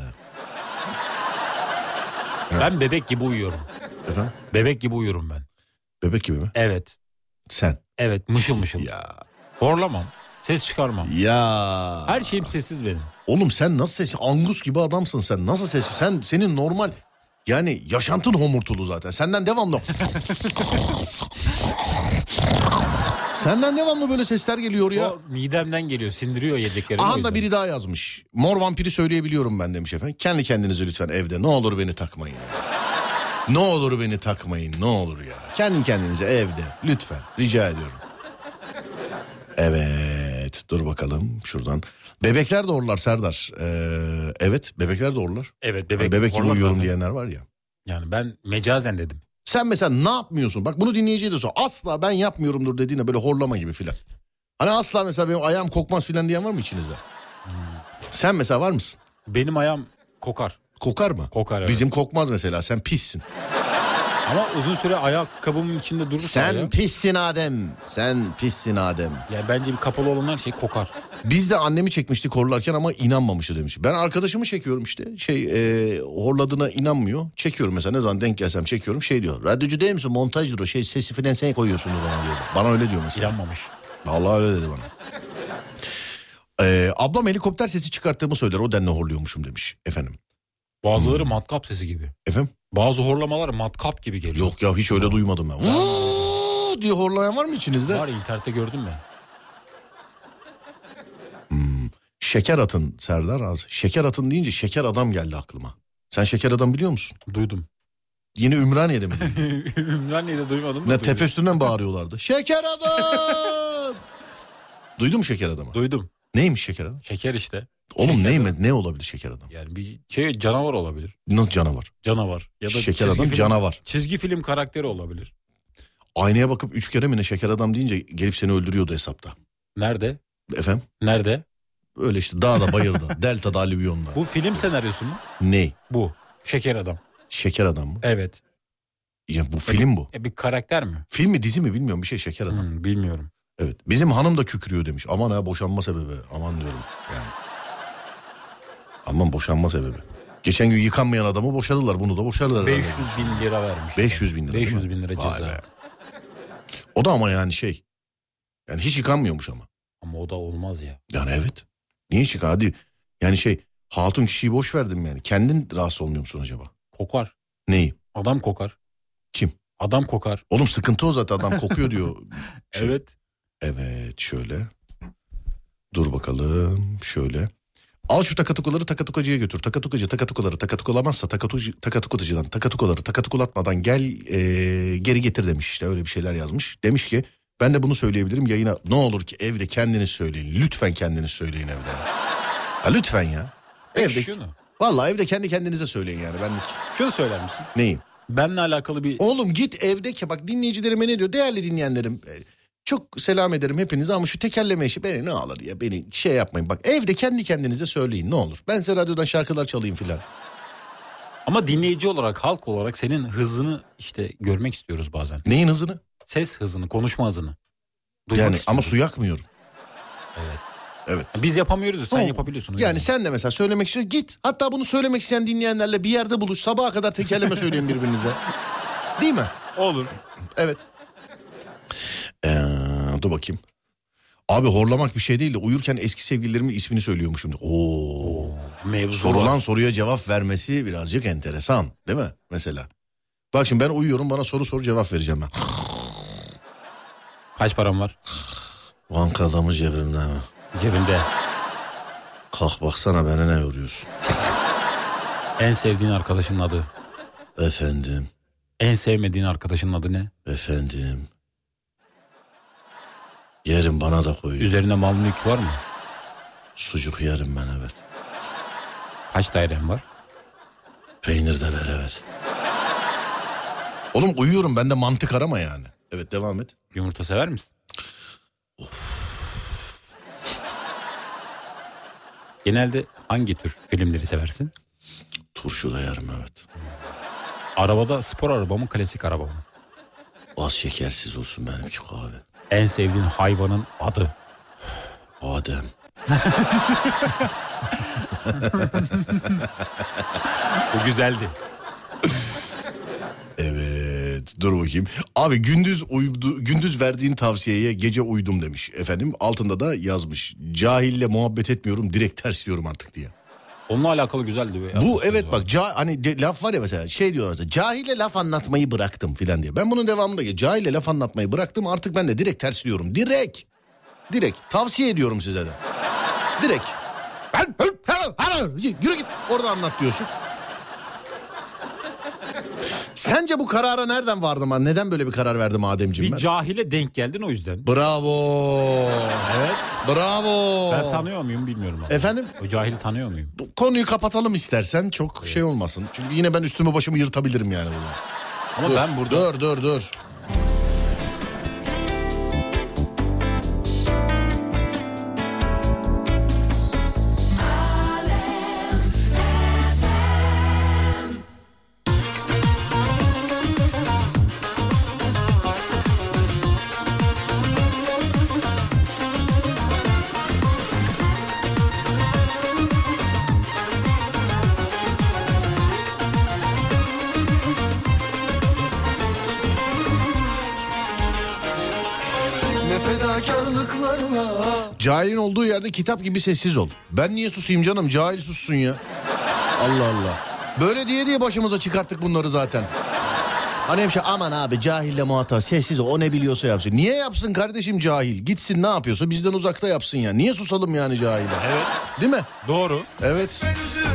Ben bebek gibi uyuyorum. Efendim? Bebek gibi uyurum ben. Bebek gibi mi? Evet. Sen. Evet, mışıl mışıl. Ya. Horlamam. Ses çıkarmam. Ya. Her şeyim sessiz benim. Oğlum sen nasıl sessiz? Angus gibi adamsın sen. Nasıl sessiz? Sen senin normal yani yaşantın homurtulu zaten. Senden devamlı. Senden devamlı böyle sesler geliyor ya. O midemden geliyor, sindiriyor yediklerimi. Aha da biri daha yazmış. Mor vampiri söyleyebiliyorum ben demiş efendim. Kendi kendinize lütfen evde. Ne olur beni takmayın ya. Ne olur beni takmayın. Ne olur ya. Kendi kendinize evde. Lütfen. Rica ediyorum. Evet. Dur bakalım şuradan. Bebekler de horlar Serdar. Ee, evet bebekler de horlar. Evet bebek, Hani bebek gibi horlar uyuyorum zaten. diyenler var ya. Yani ben mecazen dedim. Sen mesela ne yapmıyorsun? Bak bunu dinleyiciye de sor. Asla ben yapmıyorumdur dediğine böyle horlama gibi filan. Hani asla mesela benim ayağım kokmaz filan diyen var mı içinizde? Hmm. Sen mesela var mısın? Benim ayağım kokar. Kokar mı? Kokar evet. Bizim kokmaz mesela, sen pissin. Ama uzun süre ayakkabımın içinde durursa Sen ayağı, pissin Adem. Sen pissin Adem. yani bence bir kapalı olan her şey kokar. Biz de annemi çekmiştik horlarken ama inanmamıştı demiş. Ben arkadaşımı çekiyorum işte. Şey e, horladığına inanmıyor. Çekiyorum mesela, ne zaman denk gelsem çekiyorum. Şey diyor. Radyocu değil misin? Montajdır o. Şey sesi falan sen koyuyorsun bana diyor. Bana öyle diyor mesela. İnanmamış. Vallahi öyle dedi bana. Ee, ablam helikopter sesi çıkarttığımı söyler. O denli horluyormuşum demiş efendim. Bazıları hmm. matkap sesi gibi. Efendim? Bazı horlamalar matkap gibi geliyor. Yok ya, hiç öyle duymadım ben. Vuuu diye horlayan var mı içinizde? Var, internette gördüm ben. Hmm. Şeker atın Serdar az. Şeker atın deyince şeker adam geldi aklıma. Sen şeker adam biliyor musun? Duydum. Yine Ümraniye'de mi? Ümraniye'de duymadım. Ne tepe üstünden bağırıyorlardı. Şeker adam! Duydun mu şeker adamı? Duydum. Neymiş şeker adam? Şeker işte. Oğlum şeker neyim, adam. ne olabilir şeker adam? Yani bir şey, canavar olabilir. Nasıl canavar? Canavar. Ya da şeker adam film, canavar. Çizgi film karakteri olabilir. Aynaya bakıp üç kere mi ne şeker adam deyince gelip seni öldürüyordu hesapta. Nerede? Efendim? Nerede? Öyle işte dağda bayırda. Delta'da Alüvyon'da. Bu film senaryosu mu? Ne? Bu. Şeker adam. Şeker adam mı? Evet. Ya bu film bu. E bir karakter mi? Film mi dizi mi bilmiyorum, bir şey şeker adam. Hmm, bilmiyorum. Evet. Bizim hanım da kükrüyor demiş. Aman ha, boşanma sebebi. Aman diyorum yani. Aman boşanma sebebi. Geçen gün yıkanmayan adamı boşadılar. Bunu da boşarlar. beş yüz bin lira vermiş. beş yüz bin lira. beş yüz bin lira ceza. O da ama yani şey. Yani hiç yıkanmıyormuş ama. Ama o da olmaz ya. Yani evet. Niye hiç yıkan? Hadi. Yani şey, hatun kişiyi boş verdim yani. Kendin rahatsız olmuyor musun acaba? Kokar. Neyi? Adam kokar. Kim? Adam kokar. Oğlum sıkıntı o zaten, adam kokuyor diyor. Şey. Evet. Evet şöyle. Dur bakalım şöyle. Al şu takatukaları takatukacıya götür. Takatukacı takatukaları takatukalamazsa takatucu, takatukutucudan takatukaları takatukulatmadan gel e, geri getir demiş, işte öyle bir şeyler yazmış. Demiş ki ben de bunu söyleyebilirim yayına, ne olur ki evde kendiniz söyleyin. Lütfen kendiniz söyleyin evde. Ha, lütfen ya. Peki Evde, şunu. vallahi evde kendi kendinize söyleyin yani. Benlik. Şunu söyler misin? Neyi? Benle alakalı bir... Oğlum git evde ki, bak dinleyicilerime ne diyor? Değerli dinleyenlerim, çok selam ederim hepinize ama şu tekerleme işi beni ne alır ya, beni şey yapmayın. Bak evde kendi kendinize söyleyin ne olur. Ben size radyodan şarkılar çalayım filan. Ama dinleyici olarak, halk olarak senin hızını işte görmek istiyoruz bazen. Neyin hızını? Ses hızını, konuşma hızını. Duymak Yani istiyoruz. ama su yakmıyorum. Evet. Evet. Biz yapamıyoruz ya, sen Olma. yapabiliyorsun. Yani sen de mesela söylemek istiyorsun, git. Hatta bunu söylemek isteyen dinleyenlerle bir yerde buluş. Sabaha kadar tekerleme söyleyin birbirinize. Değil mi? Olur. Evet. Ee, dur bakayım. Abi horlamak bir şey değil de uyurken eski sevgililerimin ismini söylüyormuşum. Oo. Mevzu Sorulan var. soruya cevap vermesi birazcık enteresan değil mi? Mesela. Bak şimdi ben uyuyorum, bana soru soru cevap vereceğim ben. Kaç param var? Bankada mı cebimde mi? Cebinde. Kalk baksana, beni ne yoruyorsun? En sevdiğin arkadaşının adı? Efendim. En sevmediğin arkadaşının adı ne? Efendim. Yerim, bana da koyun. Üzerinde mal mülk var mı? Sucuk yerim ben, evet. Kaç dairen var? Peynir de ver, evet. Oğlum uyuyorum, bende mantık arama yani. Evet, devam et. Yumurta sever misin? Of. Genelde hangi tür filmleri seversin? Turşu da yerim, evet. Arabada spor araba mı, klasik araba mı? Az şekersiz olsun benimki kahve. En sevdiğin hayvanın adı? Adem. Bu güzeldi. Evet, dur bakayım. Abi gündüz uyudu, gündüz verdiğin tavsiyeye gece uydum demiş efendim. Altında da yazmış. Cahille muhabbet etmiyorum, direkt ters diyorum artık diye. Onunla alakalı güzeldi. Be. Bu evet bak ca- hani de, laf var ya mesela, şey diyorlar mesela, cahille laf anlatmayı bıraktım filan diye. Ben bunun devamında cahille laf anlatmayı bıraktım, artık ben de direkt ters diyorum. Direkt. Direkt tavsiye ediyorum size de. Direkt. Ben yürü git orada anlat diyorsun. Sence bu karara nereden vardım ben? Neden böyle bir karar verdim Ademciğim Bir ben? cahile denk geldin o yüzden. Bravo. Evet. Bravo. Ben tanıyor muyum bilmiyorum. Abi. Efendim? O cahili tanıyor muyum? Bu konuyu kapatalım istersen, çok evet. şey olmasın. Çünkü yine ben üstümü başımı yırtabilirim yani burada. Ama dur, ben burada... Dur dur dur. Cahilin olduğu yerde kitap gibi sessiz ol. Ben niye susayım canım? Cahil sussun ya. Allah Allah. Böyle diye diye başımıza çıkarttık bunları zaten. Hani hep şey, aman abi cahille muhatap, sessiz ol, o ne biliyorsa yapsın. Niye yapsın kardeşim cahil? Gitsin ne yapıyorsa bizden uzakta yapsın ya. Niye susalım yani cahile? Evet. Değil mi? Doğru. Evet.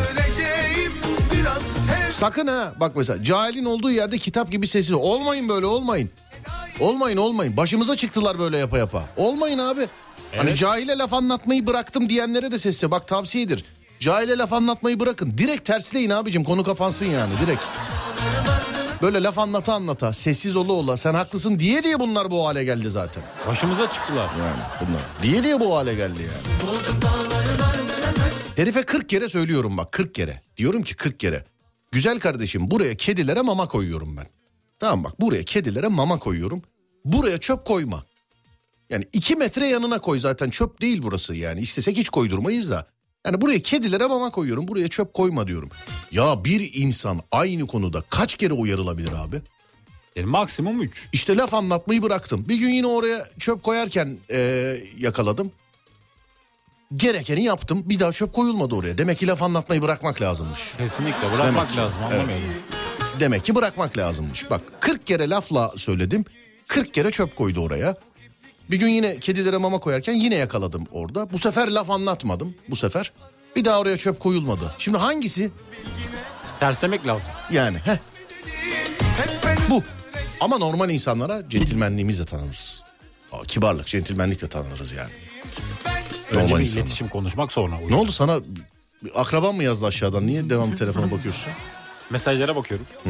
Sakın ha, bak mesela cahilin olduğu yerde kitap gibi sessiz ol. Olmayın böyle, olmayın. Olmayın olmayın. Başımıza çıktılar böyle yapa yapa. Olmayın abi. Evet. Hani cahile laf anlatmayı bıraktım diyenlere de sesle. Bak tavsiyedir. Cahile laf anlatmayı bırakın. Direkt tersleyin abicim, konu kapansın yani direkt. Böyle laf anlata anlata, sessiz ola ola, sen haklısın diye diye bunlar bu hale geldi zaten. Başımıza çıktılar. Yani bunlar diye diye bu hale geldi yani. Herife kırk kere söylüyorum bak, kırk kere. Diyorum ki kırk kere. Güzel kardeşim, buraya kedilere mama koyuyorum ben. Tamam bak, buraya kedilere mama koyuyorum. Buraya çöp koyma. Yani iki metre yanına koy, zaten çöp değil burası yani. İstesek hiç koydurmayız da. Yani buraya kedilere mama koyuyorum, buraya çöp koyma diyorum. Ya bir insan aynı konuda kaç kere uyarılabilir abi? Yani maksimum üç. İşte laf anlatmayı bıraktım. Bir gün yine oraya çöp koyarken ee, yakaladım. Gerekeni yaptım. Bir daha çöp koyulmadı oraya. Demek ki laf anlatmayı bırakmak lazımmış. Kesinlikle bırakmak Demek lazım, anlamıyorum. Evet. Demek ki bırakmak lazımmış. Bak kırk kere lafla söyledim. kırk kere çöp koydu oraya. Bir gün yine kedilere mama koyarken yine yakaladım orada. Bu sefer laf anlatmadım. Bu sefer bir daha oraya çöp koyulmadı. Şimdi hangisi? Terslemek lazım. Yani heh. Bu. Ama normal insanlara centilmenliğimizle tanırız. Aa, kibarlık, centilmenlikle tanırız yani. Önce normal bir insanlar. İletişim konuşmak sonra. Ne oldu sana? Akraban mı yazdı aşağıdan? Niye devamlı telefona bakıyorsun? Mesajlara bakıyorum. Hmm.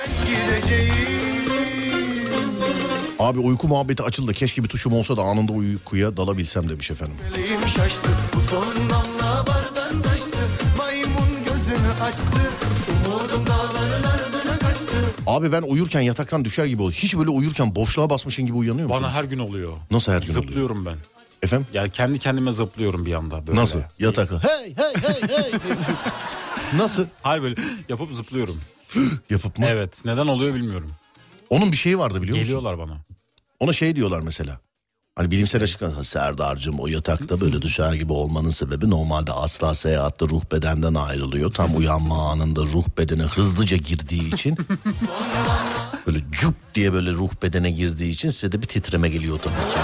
Abi uyku muhabbeti açıldı. Keşke bir tuşum olsa da anında uykuya dalabilsem demiş efendim. Şaştı, bu son damla bardak taştı, maymun gözünü açtı, umudum dağların ardına kaçtı. Abi ben uyurken yataktan düşer gibi oluyor. Hiç böyle uyurken boşluğa basmışın gibi uyanıyor musun? Bana her gün oluyor. Nasıl her gün oluyor? Zıplıyorum ben. Efendim? Yani kendi kendime zıplıyorum bir anda. Böyle. Nasıl? Yatakta. Hey hey hey hey. Nasıl? Hayır böyle yapıp zıplıyorum. Yapıp mı? Evet. Neden oluyor bilmiyorum. Onun bir şeyi vardı biliyor musun? Geliyorlar bana. Ona şey diyorlar mesela. Hani bilimsel açıklama. Serdar'cığım o yatakta böyle düşer gibi olmanın sebebi normalde asla seyahatte ruh bedenden ayrılıyor. Tam uyanma anında ruh bedene hızlıca girdiği için. Böyle cup diye böyle ruh bedene girdiği için size de bir titreme geliyor tabii ki.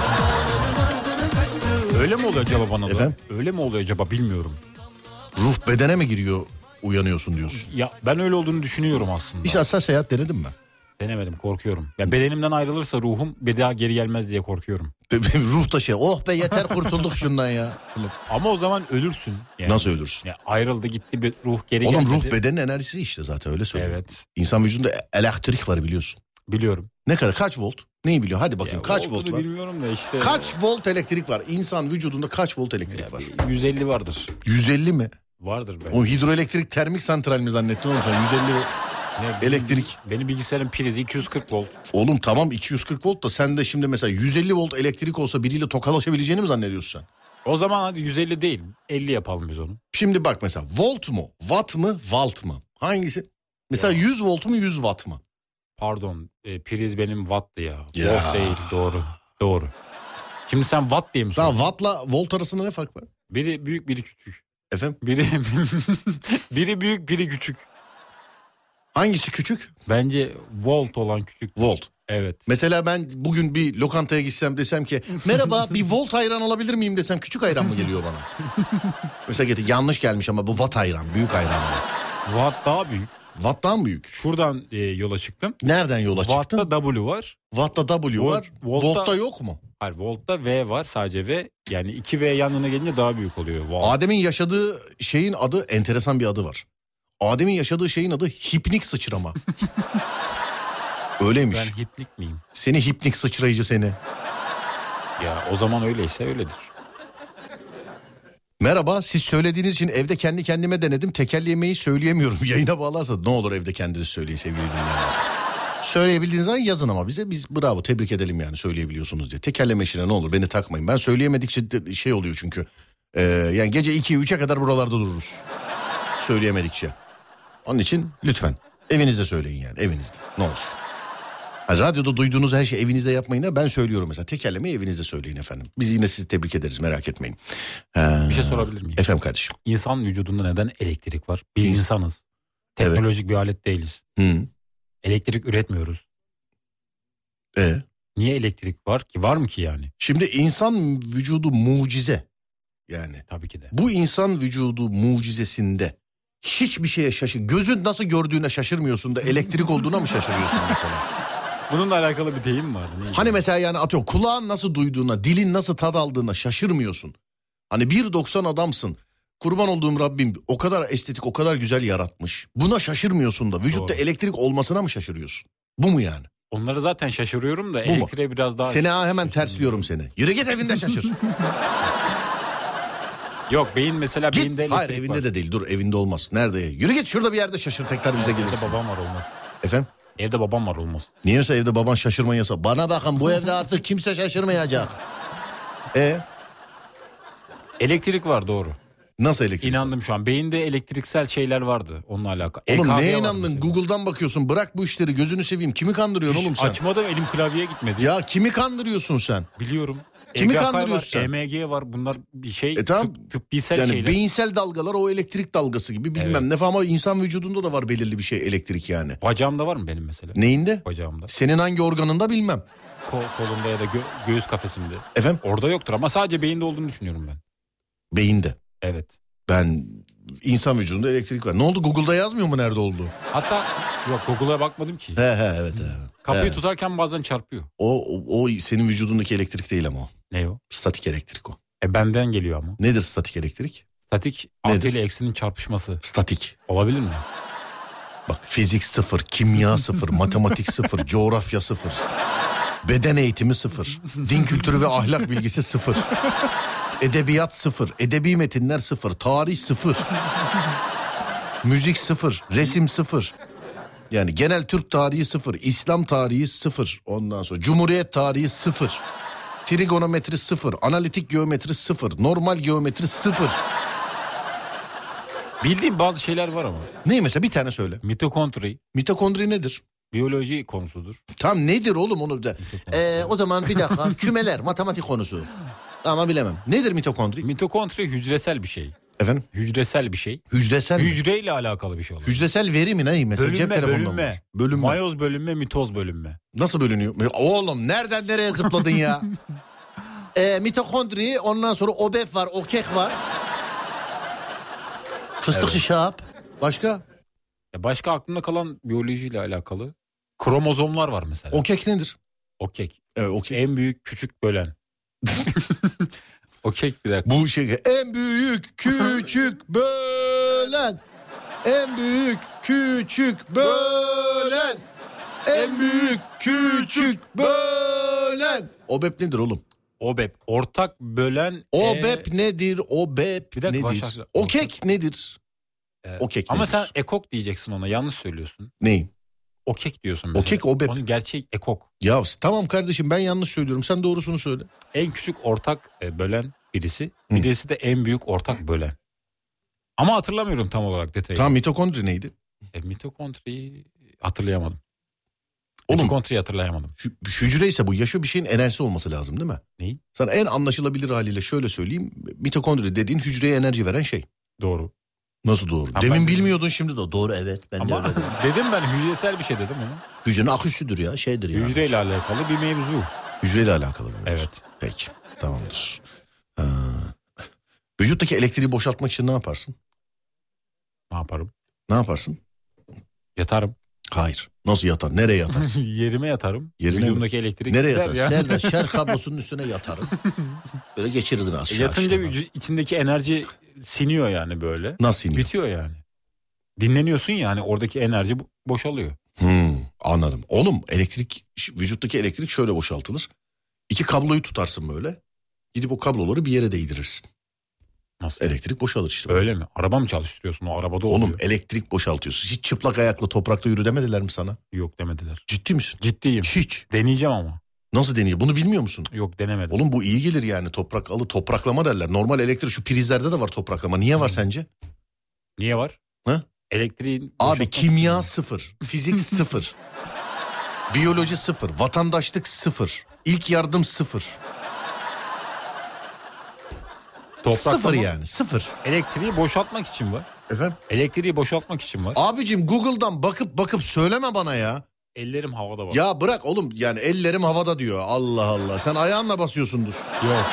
Öyle mi oluyor acaba bana da? Efendim? Öyle mi oluyor acaba bilmiyorum. Ruh bedene mi giriyor, uyanıyorsun diyorsun? Ya ben öyle olduğunu düşünüyorum aslında. Hiç asla seyahat denedin mi? Denemedim, korkuyorum. Ya bedenimden ayrılırsa ruhum bir daha geri gelmez diye korkuyorum. Ruh da şey, oh be yeter kurtulduk şundan ya. Ama o zaman ölürsün. Yani. Nasıl ölürsün? Ya ayrıldı gitti bir ruh geri Oğlum gelmedi. ruh bedenin enerjisi işte zaten öyle söylüyorum. Evet. İnsan vücudunda elektrik var biliyorsun. Biliyorum. Ne kadar? Kaç volt? Neyi biliyor? Hadi bakayım Ya, kaç volt voltunu var? bilmiyorum da işte. Kaç volt elektrik var? İnsan vücudunda kaç volt elektrik Ya, var? bir yüz elli vardır. yüz elli mi? Vardır belki. O hidroelektrik termik santral mi zannettin oğlum sen? yüz elli Ne, elektrik. Benim bilgisayarın prizi iki yüz kırk volt. Oğlum tamam iki yüz kırk volt da sen de şimdi mesela yüz elli volt elektrik olsa biriyle tokalaşabileceğini mi zannediyorsun sen? O zaman hadi yüz elli değil. elli yapalım biz onu. Şimdi bak mesela volt mu? Watt mı? Volt mu? Hangisi? Mesela Ya. yüz volt mu? yüz watt mı? Pardon. E, priz benim watt'tı ya. Ya. Volt değil. Doğru. Doğru. Şimdi sen watt diye mi Daha sordun? wattla volt arasında ne fark var? Biri büyük biri küçük. Efendim? Biri biri büyük biri küçük. Hangisi küçük? Bence volt olan küçük. Volt. Evet. Mesela ben bugün bir lokantaya gitsem desem ki merhaba bir volt ayran alabilir miyim desem küçük ayran mı geliyor bana? Mesela getir, yanlış gelmiş ama bu watt ayran, büyük ayran. Watt daha büyük. Watt'tan büyük. Şuradan e, yola çıktım. Nereden yola çıktın? Watt'ta W var. Watt'ta W Volt- var. voltta- Volt'ta yok mu? Hayır, voltta V var, sadece V. Yani iki V yan yana gelince daha büyük oluyor. Volt. Adem'in yaşadığı şeyin adı, enteresan bir adı var. Adem'in yaşadığı şeyin adı hipnik sıçrama. Öyleymiş. Ben hipnik miyim? Seni hipnik sıçrayıcı seni. Ya o zaman öyleyse öyledir. Merhaba, siz söylediğiniz için evde kendi kendime denedim. Tekerlemeyi söyleyemiyorum. Yayına bağlarsa ne olur evde kendiniz söyleyin sevgili dinleyenler. Söyleyebildiğiniz zaman yazın ama bize. Biz bravo, tebrik edelim yani söyleyebiliyorsunuz diye. Tekerleme işine ne olur beni takmayın. Ben söyleyemedikçe de şey oluyor çünkü. Ee, yani gece ikiye üçe kadar buralarda dururuz. Söyleyemedikçe. Onun için lütfen evinizde söyleyin yani, evinizde ne olur. Ha, radyoda duyduğunuz her şeyi evinizde yapmayın da ben söylüyorum mesela. Tekerlemeyi evinizde söyleyin efendim. Biz yine sizi tebrik ederiz, merak etmeyin. Ee, Bir şey sorabilir miyim? Efendim kardeşim. İnsan vücudunda neden elektrik var? Biz İns- insanız. Evet. Teknolojik bir alet değiliz. Hı. Elektrik üretmiyoruz. E? Niye elektrik var ki? Var mı ki yani? Şimdi insan vücudu mucize. Yani Tabii ki de. bu insan vücudu mucizesinde hiçbir şeye şaşır. Gözün nasıl gördüğüne şaşırmıyorsun da elektrik olduğuna mı şaşırıyorsun mesela? Bununla alakalı bir deyim var. Neydi? Hani mesela yani atıyorum kulağın nasıl duyduğuna, dilin nasıl tad aldığına şaşırmıyorsun. Hani bir doksan adamsın. Kurban olduğum Rabbim o kadar estetik, o kadar güzel yaratmış. Buna şaşırmıyorsun da vücutta Doğru. elektrik olmasına mı şaşırıyorsun? Bu mu yani? Onları zaten şaşırıyorum da Bu mu? elektriğe biraz daha... Seni ha hemen tersliyorum seni. Yürü git evinde şaşır. Yok, beyin mesela beyinde Git. elektrik Hayır evinde var. de değil, dur evinde olmaz. Nerede? Yürü git şurada bir yerde şaşır, tekrar bize Evde gelirsin. babam var olmaz. Efendim? Evde babam var olmaz. Niye mesela evde baban şaşırmayasa? Bana bakın bu evde artık kimse şaşırmayacak. E Elektrik var, doğru. nasıl elektrik? İnandım şu an. Beyinde elektriksel şeyler vardı onunla alakalı. Oğlum E K B neye var inandın? mesela. Google'dan bakıyorsun. Bırak bu işleri, gözünü seveyim. Kimi kandırıyorsun oğlum sen? Açmadım, elim klavyeye gitmedi. Ya kimi kandırıyorsun sen? Biliyorum. Kimi E G K kandırıyorsun var, sen? E M G var, bunlar bir şey E tamam. tıp, tıbbisel Yani şeyler. beyinsel dalgalar o elektrik dalgası gibi bilmem Evet. ne falan ama insan vücudunda da var belirli bir şey elektrik yani. Bacağımda var mı benim mesela? Neyinde? Bacağımda. Senin hangi organında bilmem. Kol, kolumda ya da gö- göğüs kafesimde. Efendim? Orada yoktur ama sadece beyinde olduğunu düşünüyorum ben. Beyinde. Evet. Ben insan vücudunda elektrik var. Ne oldu, Google'da yazmıyor mu nerede olduğu? Hatta yok, Google'a bakmadım ki. He he evet. He. Kapıyı He. tutarken bazen çarpıyor. O, o, o senin vücudundaki elektrik değil ama o. Ne o? Statik elektrik o. E benden geliyor ama. Nedir statik elektrik? Statik Nedir? artı ile eksinin çarpışması. Statik. Olabilir mi? Bak fizik sıfır, kimya sıfır, matematik sıfır, coğrafya sıfır. Beden eğitimi sıfır. Din kültürü ve ahlak bilgisi sıfır. Edebiyat sıfır. Edebi metinler sıfır. Tarih sıfır. Müzik sıfır. Resim sıfır. Yani genel Türk tarihi sıfır. İslam tarihi sıfır. Ondan sonra Cumhuriyet tarihi sıfır. Trigonometri sıfır. Analitik geometri sıfır. Normal geometri sıfır. Bildiğim bazı şeyler var ama. Ne mesela, bir tane söyle. Mitokondri Mitokondri nedir? biyoloji konusudur. Tam nedir oğlum onu da? Ee, o zaman bir dakika, kümeler matematik konusu. Ama bilemem. Nedir mitokondri? Mitokondri hücresel bir şey. Efendim? Hücresel bir şey. Hücresel mi? Hücreyle alakalı bir şey olur. Hücresel veri mi ne? Mesela cep Bölünme, telefonunda mı? bölünme. Bölünme. Mayoz bölünme, mitoz bölünme. Nasıl bölünüyor? Oğlum nereden nereye zıpladın ya? ee, mitokondri, ondan sonra obef var, okek var. Fıstık Evet. şişap. Başka? Ya başka aklımda kalan biyolojiyle alakalı kromozomlar var mesela. Okek nedir? Okek. Evet okek. En büyük küçük bölen. Okek, bir dakika. Bu şey en büyük küçük bölen. En büyük küçük bölen. en büyük küçük bölen. OBEP nedir oğlum? OBEP ortak bölen. OBEP e... nedir? OBEP Bir dakika, nedir? başla. OKEK nedir? e... OKEK Ama nedir? sen ekok diyeceksin ona, yanlış söylüyorsun. Neyim? OKEK diyorsun mesela. OKEK, OBEP. Onun gerçek ekok. Ya tamam kardeşim, ben yanlış söylüyorum. Sen doğrusunu söyle. En küçük ortak e, bölen birisi. Birisi de en büyük ortak bölen. Ama hatırlamıyorum tam olarak detayı. Tamam, mitokondri neydi? E, mitokondriyi hatırlayamadım. Oğlum, Mitokondriyi hatırlayamadım. Hü- hücre ise bu, yaşıyor bir şeyin enerjisi olması lazım değil mi? Neyi? Sana en anlaşılabilir haliyle şöyle söyleyeyim. Mitokondri dediğin hücreye enerji veren şey. Doğru. Nasıl doğru? Ama Demin ben- bilmiyordun, şimdi de doğru, evet. Ben de Ama öyle dedim. dedim ben hücresel bir şey dedim ama. Hücrenin aküsüdür ya, şeydir ya. Hücreyle alakalı bir mevzu. Hücreyle alakalı bir mevzu. Evet. Peki, tamamdır. Ha. Vücuttaki elektriği boşaltmak için ne yaparsın? Ne yaparım? Ne yaparsın? Yatarım. Hayır. Nasıl yatar? Nereye yatarsın? Yerime yatarım. Yerine mi? Vücudumdaki elektrik Nereye gider yatarsın? ya. Serdar, şer kablosunun üstüne yatarım. Böyle geçirirdin aşağı. Yatınca aşağı. vücu- içindeki enerji siniyor yani böyle. Nasıl iniyor? Bitiyor yani. Dinleniyorsun yani, oradaki enerji bo- boşalıyor. Hmm, anladım. Oğlum, elektrik, vücuttaki elektrik şöyle boşaltılır. İki kabloyu tutarsın böyle. Gidip o kabloları bir yere değdirirsin. Nasıl? Elektrik boşalır işte. Öyle mi? Araba mı çalıştırıyorsun? O arabada oluyor. Oğlum, elektrik boşaltıyorsun. Hiç çıplak ayakla toprakta yürü demediler mi sana? Yok demediler. Ciddi misin? Ciddiyim. Hiç. Deneyeceğim ama. Nasıl deniyor? Bunu bilmiyor musun? Yok, denemedim. Oğlum, bu iyi gelir yani, toprak alı topraklama derler. Normal elektrik şu prizlerde de var topraklama. Niye var sence? Niye var? Ha? Elektriğin... Abi boşaltmak kimya için. sıfır, fizik sıfır, biyoloji sıfır, vatandaşlık sıfır, ilk yardım sıfır. Topraklama, Sıfır yani, sıfır. Elektriği boşaltmak için var. Efendim? Elektriği boşaltmak için var. Abicim, Google'dan bakıp bakıp söyleme bana ya. Ellerim havada var. Ya bırak oğlum, yani ellerim havada diyor. Allah Allah, sen ayağınla basıyorsundur. Yok.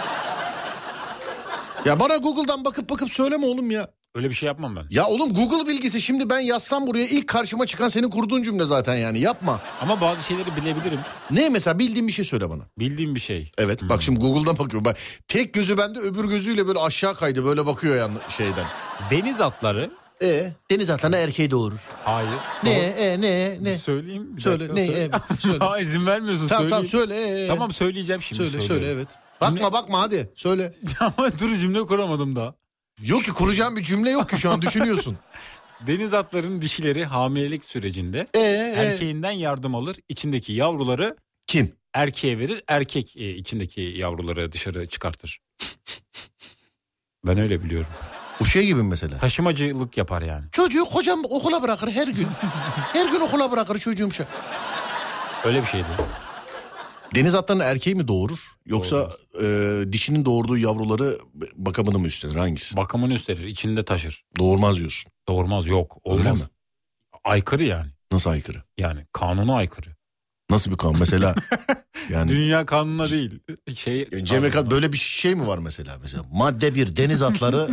Ya bana Google'dan bakıp bakıp söyleme oğlum ya. Öyle bir şey yapmam ben. Ya oğlum, Google bilgisi, şimdi ben yazsam buraya ilk karşıma çıkan senin kurduğun cümle zaten, yani yapma. Ama bazı şeyleri bilebilirim. Ne mesela, bildiğin bir şey söyle bana. Bildiğim bir şey. Evet, Hmm. bak şimdi Google'dan bakıyorum. Bak, tek gözü bende, öbür gözüyle böyle aşağı kaydı, böyle bakıyor yani şeyden. Deniz atları. E deniz atlarına erkeği doğurur. Hayır. Ne Doğru. e ne ne? Söyleyeyim. Bir Söyle, dakika, ne, söyle. evet, söyle. Aa, izin vermiyorsun. Tamam tamam söyleyeyim. söyle. e. Tamam, söyleyeceğim şimdi. Söyle söyle, söylüyorum. evet. Bakma Cümle- bakma hadi söyle. Ama dur, cümle kuramadım daha. Yok ki, kuracağım bir cümle yok ki, şu an düşünüyorsun. Deniz atlarının dişileri hamilelik sürecinde E, e, erkeğinden yardım alır. İçindeki yavruları kim? erkeğe verir. Erkek e, içindeki yavruları dışarı çıkartır. Ben öyle biliyorum. Bu şey gibi mesela. Taşımacılık yapar yani. Çocuğu kocam okula bırakır her gün. Her gün okula bırakır çocuğum şey. Öyle bir şeydi. Deniz atlarının erkeği mi doğurur? Yoksa e, dişinin doğurduğu yavruları bakımını mı üstlenir, hangisi? Bakımını üstlenir, içinde taşır. Doğurmaz diyorsun. Doğurmaz, yok. Olmaz. Öyle mi? Aykırı yani. Nasıl aykırı? Yani kanuna aykırı. Nasıl bir kanun mesela? Yani Dünya kanununa değil. Şey, Yani Cem Ekat, böyle bir şey mi var mesela? Mesela madde bir, deniz atları.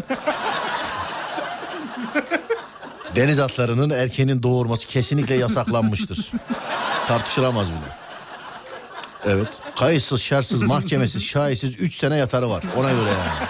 Deniz atlarının erkeğinin doğurması kesinlikle yasaklanmıştır. Tartışılamaz bile. Evet. Kayıtsız, şartsız, mahkemesiz, şahitsiz üç sene yatarı var. Ona göre yani.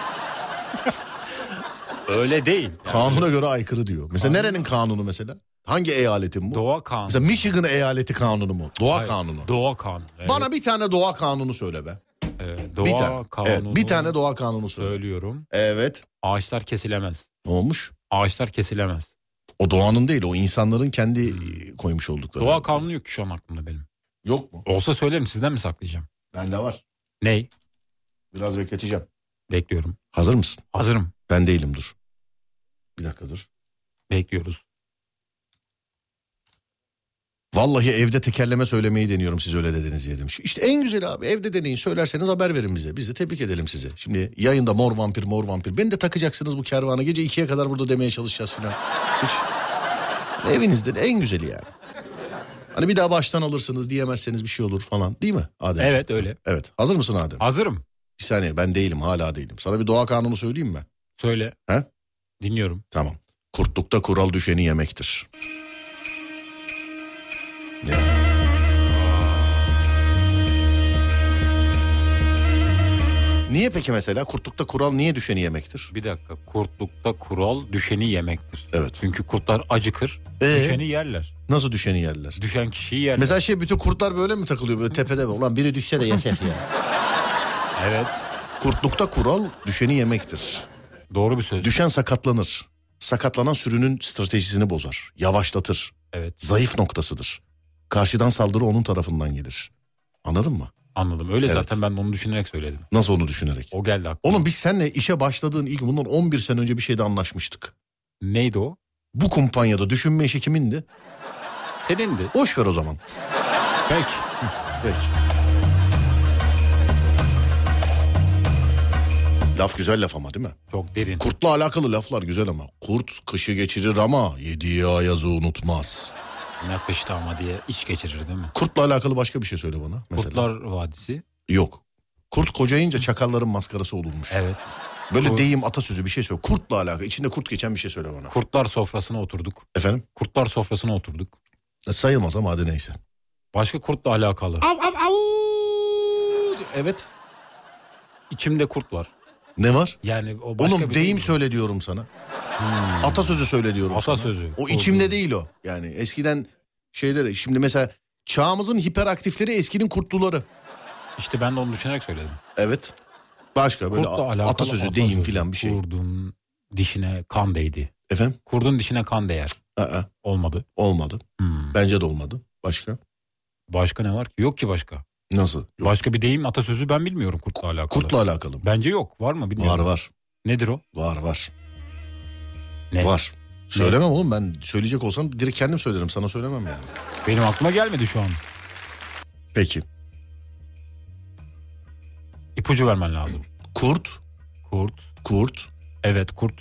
Öyle değil. Yani Kanuna göre aykırı diyor. Mesela nerenin kanunu mesela? Hangi eyaletin bu? Doğa kanunu. Mesela Michigan eyaleti kanunu mu? Doğa Hayır, kanunu. Doğa kanunu. Evet. Bana bir tane doğa kanunu söyle be. Ee, doğa bir tane. kanunu. Evet, bir tane doğa kanunu söyle. Söylüyorum. Evet. Ağaçlar kesilemez. Ne olmuş? Ağaçlar kesilemez. O doğanın değil, o insanların kendi koymuş oldukları. Doğa kanunu yok ki şu an aklımda benim. Yok mu? Olsa söylerim, sizden mi saklayacağım? Bende var. Ney? Biraz bekleteceğim. Bekliyorum. Hazır mısın? Hazırım. Ben değilim, dur. Bir dakika dur. Bekliyoruz. Vallahi evde tekerleme söylemeyi deniyorum, siz öyle dediniz diye demiş. İşte en güzeli abi, evde deneyin, söylerseniz haber verin bize. Biz de tebrik edelim sizi. Şimdi yayında mor vampir mor vampir. Beni de takacaksınız bu kervana. Gece ikiye kadar burada demeye çalışacağız filan. Hiç. Evinizde en güzeli yani. Hani bir daha baştan alırsınız, diyemezseniz bir şey olur falan, değil mi Adem? Evet, öyle. Evet. Hazır mısın Adem? Hazırım. Bir saniye, ben değilim, hala değilim. Sana bir doğa kanunu söyleyeyim mi? Söyle. He? Dinliyorum. Tamam. Kurtlukta kural düşeni yemektir. Ne? Niye peki mesela kurtlukta kural niye düşeni yemektir? Bir dakika, kurtlukta kural düşeni yemektir. Evet. Çünkü kurtlar acıkır, Ee? düşeni yerler. Nasıl düşeni yerler? Düşen kişiyi yerler. Mesela şey bütün kurtlar böyle mi takılıyor böyle tepede mi? Ulan biri düşse de yesek ya. Evet. Kurtlukta kural düşeni yemektir. Doğru bir söz. Düşen sakatlanır. Sakatlanan sürünün stratejisini bozar. Yavaşlatır. Evet. Zayıf noktasıdır. Karşıdan saldırı onun tarafından gelir. Anladın mı? Anladım. Öyle Evet. zaten ben de onu düşünerek söyledim. Nasıl onu düşünerek? O geldi aklıma. Oğlum biz seninle işe başladığın ilk bundan on bir sene önce bir şeyde anlaşmıştık. Neydi o? Bu kumpanyada düşünme işi kimindi? Senindi. Boş ver o zaman. Peki. Peki. Laf güzel laf ama değil mi? Çok derin. Kurtla alakalı laflar güzel ama. Kurt kışı geçirir ama yediği ayazı unutmaz. Ne kıştı ama diye iç geçirir değil mi? Kurtla alakalı başka bir şey söyle bana. Mesela. Kurtlar Vadisi. Yok. Kurt kocayınca çakalların maskarası olurmuş. Evet. Böyle Kurt- deyim atasözü bir şey söyle. Kurtla alakalı. İçinde kurt geçen bir şey söyle bana. Kurtlar sofrasına oturduk. Efendim? Kurtlar sofrasına oturduk. E, sayılmaz ama hadi neyse. Başka kurtla alakalı. Av av av. Evet. İçimde kurt var. Ne var? Yani o başka Oğlum bir deyim mi? söyle diyorum sana. Hmm. Atasözü söyle diyorum Atasözü. sana. O Doğru. içimde değil o. Yani eskiden şeyleri şimdi mesela çağımızın hiperaktifleri eskinin kurtluları. İşte ben de onu düşünerek söyledim. Evet. Başka böyle Kurtla alakalı atasözü, deyim filan bir şey. Kurdun dişine kan değdi. Efendim? Kurdun dişine kan değer. Aa, Olmadı. olmadı. Hmm. Bence de olmadı. Başka? Başka ne var ki? Yok ki başka. Nasıl? Yok. Başka bir deyim atasözü ben bilmiyorum kurtla alakalı. Kurtla alakalı mı? Bence yok. Var mı bilmiyorum. Var var. Nedir o? Var var. Ne? Var. Söylemem oğlum, ben söyleyecek olsam direkt kendim söylerim, sana söylemem yani. Benim aklıma gelmedi şu an. Peki. İpucu vermen lazım. Kurt. Kurt. Kurt. Evet kurt.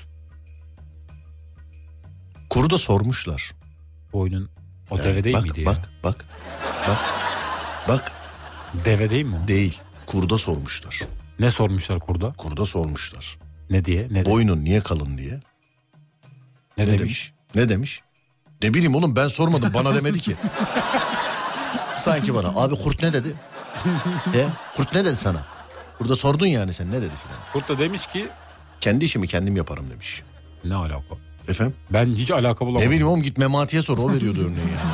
Kurda sormuşlar. Boynun o Yani deve değil bak, miydi ya? bak, bak, bak, bak. Deve değil mi o? Değil. Kurda sormuşlar. Ne sormuşlar kurda? Kurda sormuşlar. Ne diye? Ne, de- Boynun niye kalın diye. ne, Ne demiş? demiş? Ne demiş? Ne bileyim oğlum, ben sormadım, bana demedi ki. Sanki bana. Abi kurt ne dedi? e, kurt ne dedi sana? Burada sordun yani sen, ne dedi filan. Kurt da demiş ki Kendi işimi kendim yaparım demiş. ne alaka? Efendim? Ben hiç alaka bulamadım. Ne bileyim oğlum, git Memati'ye sor, o veriyordu örneği yani.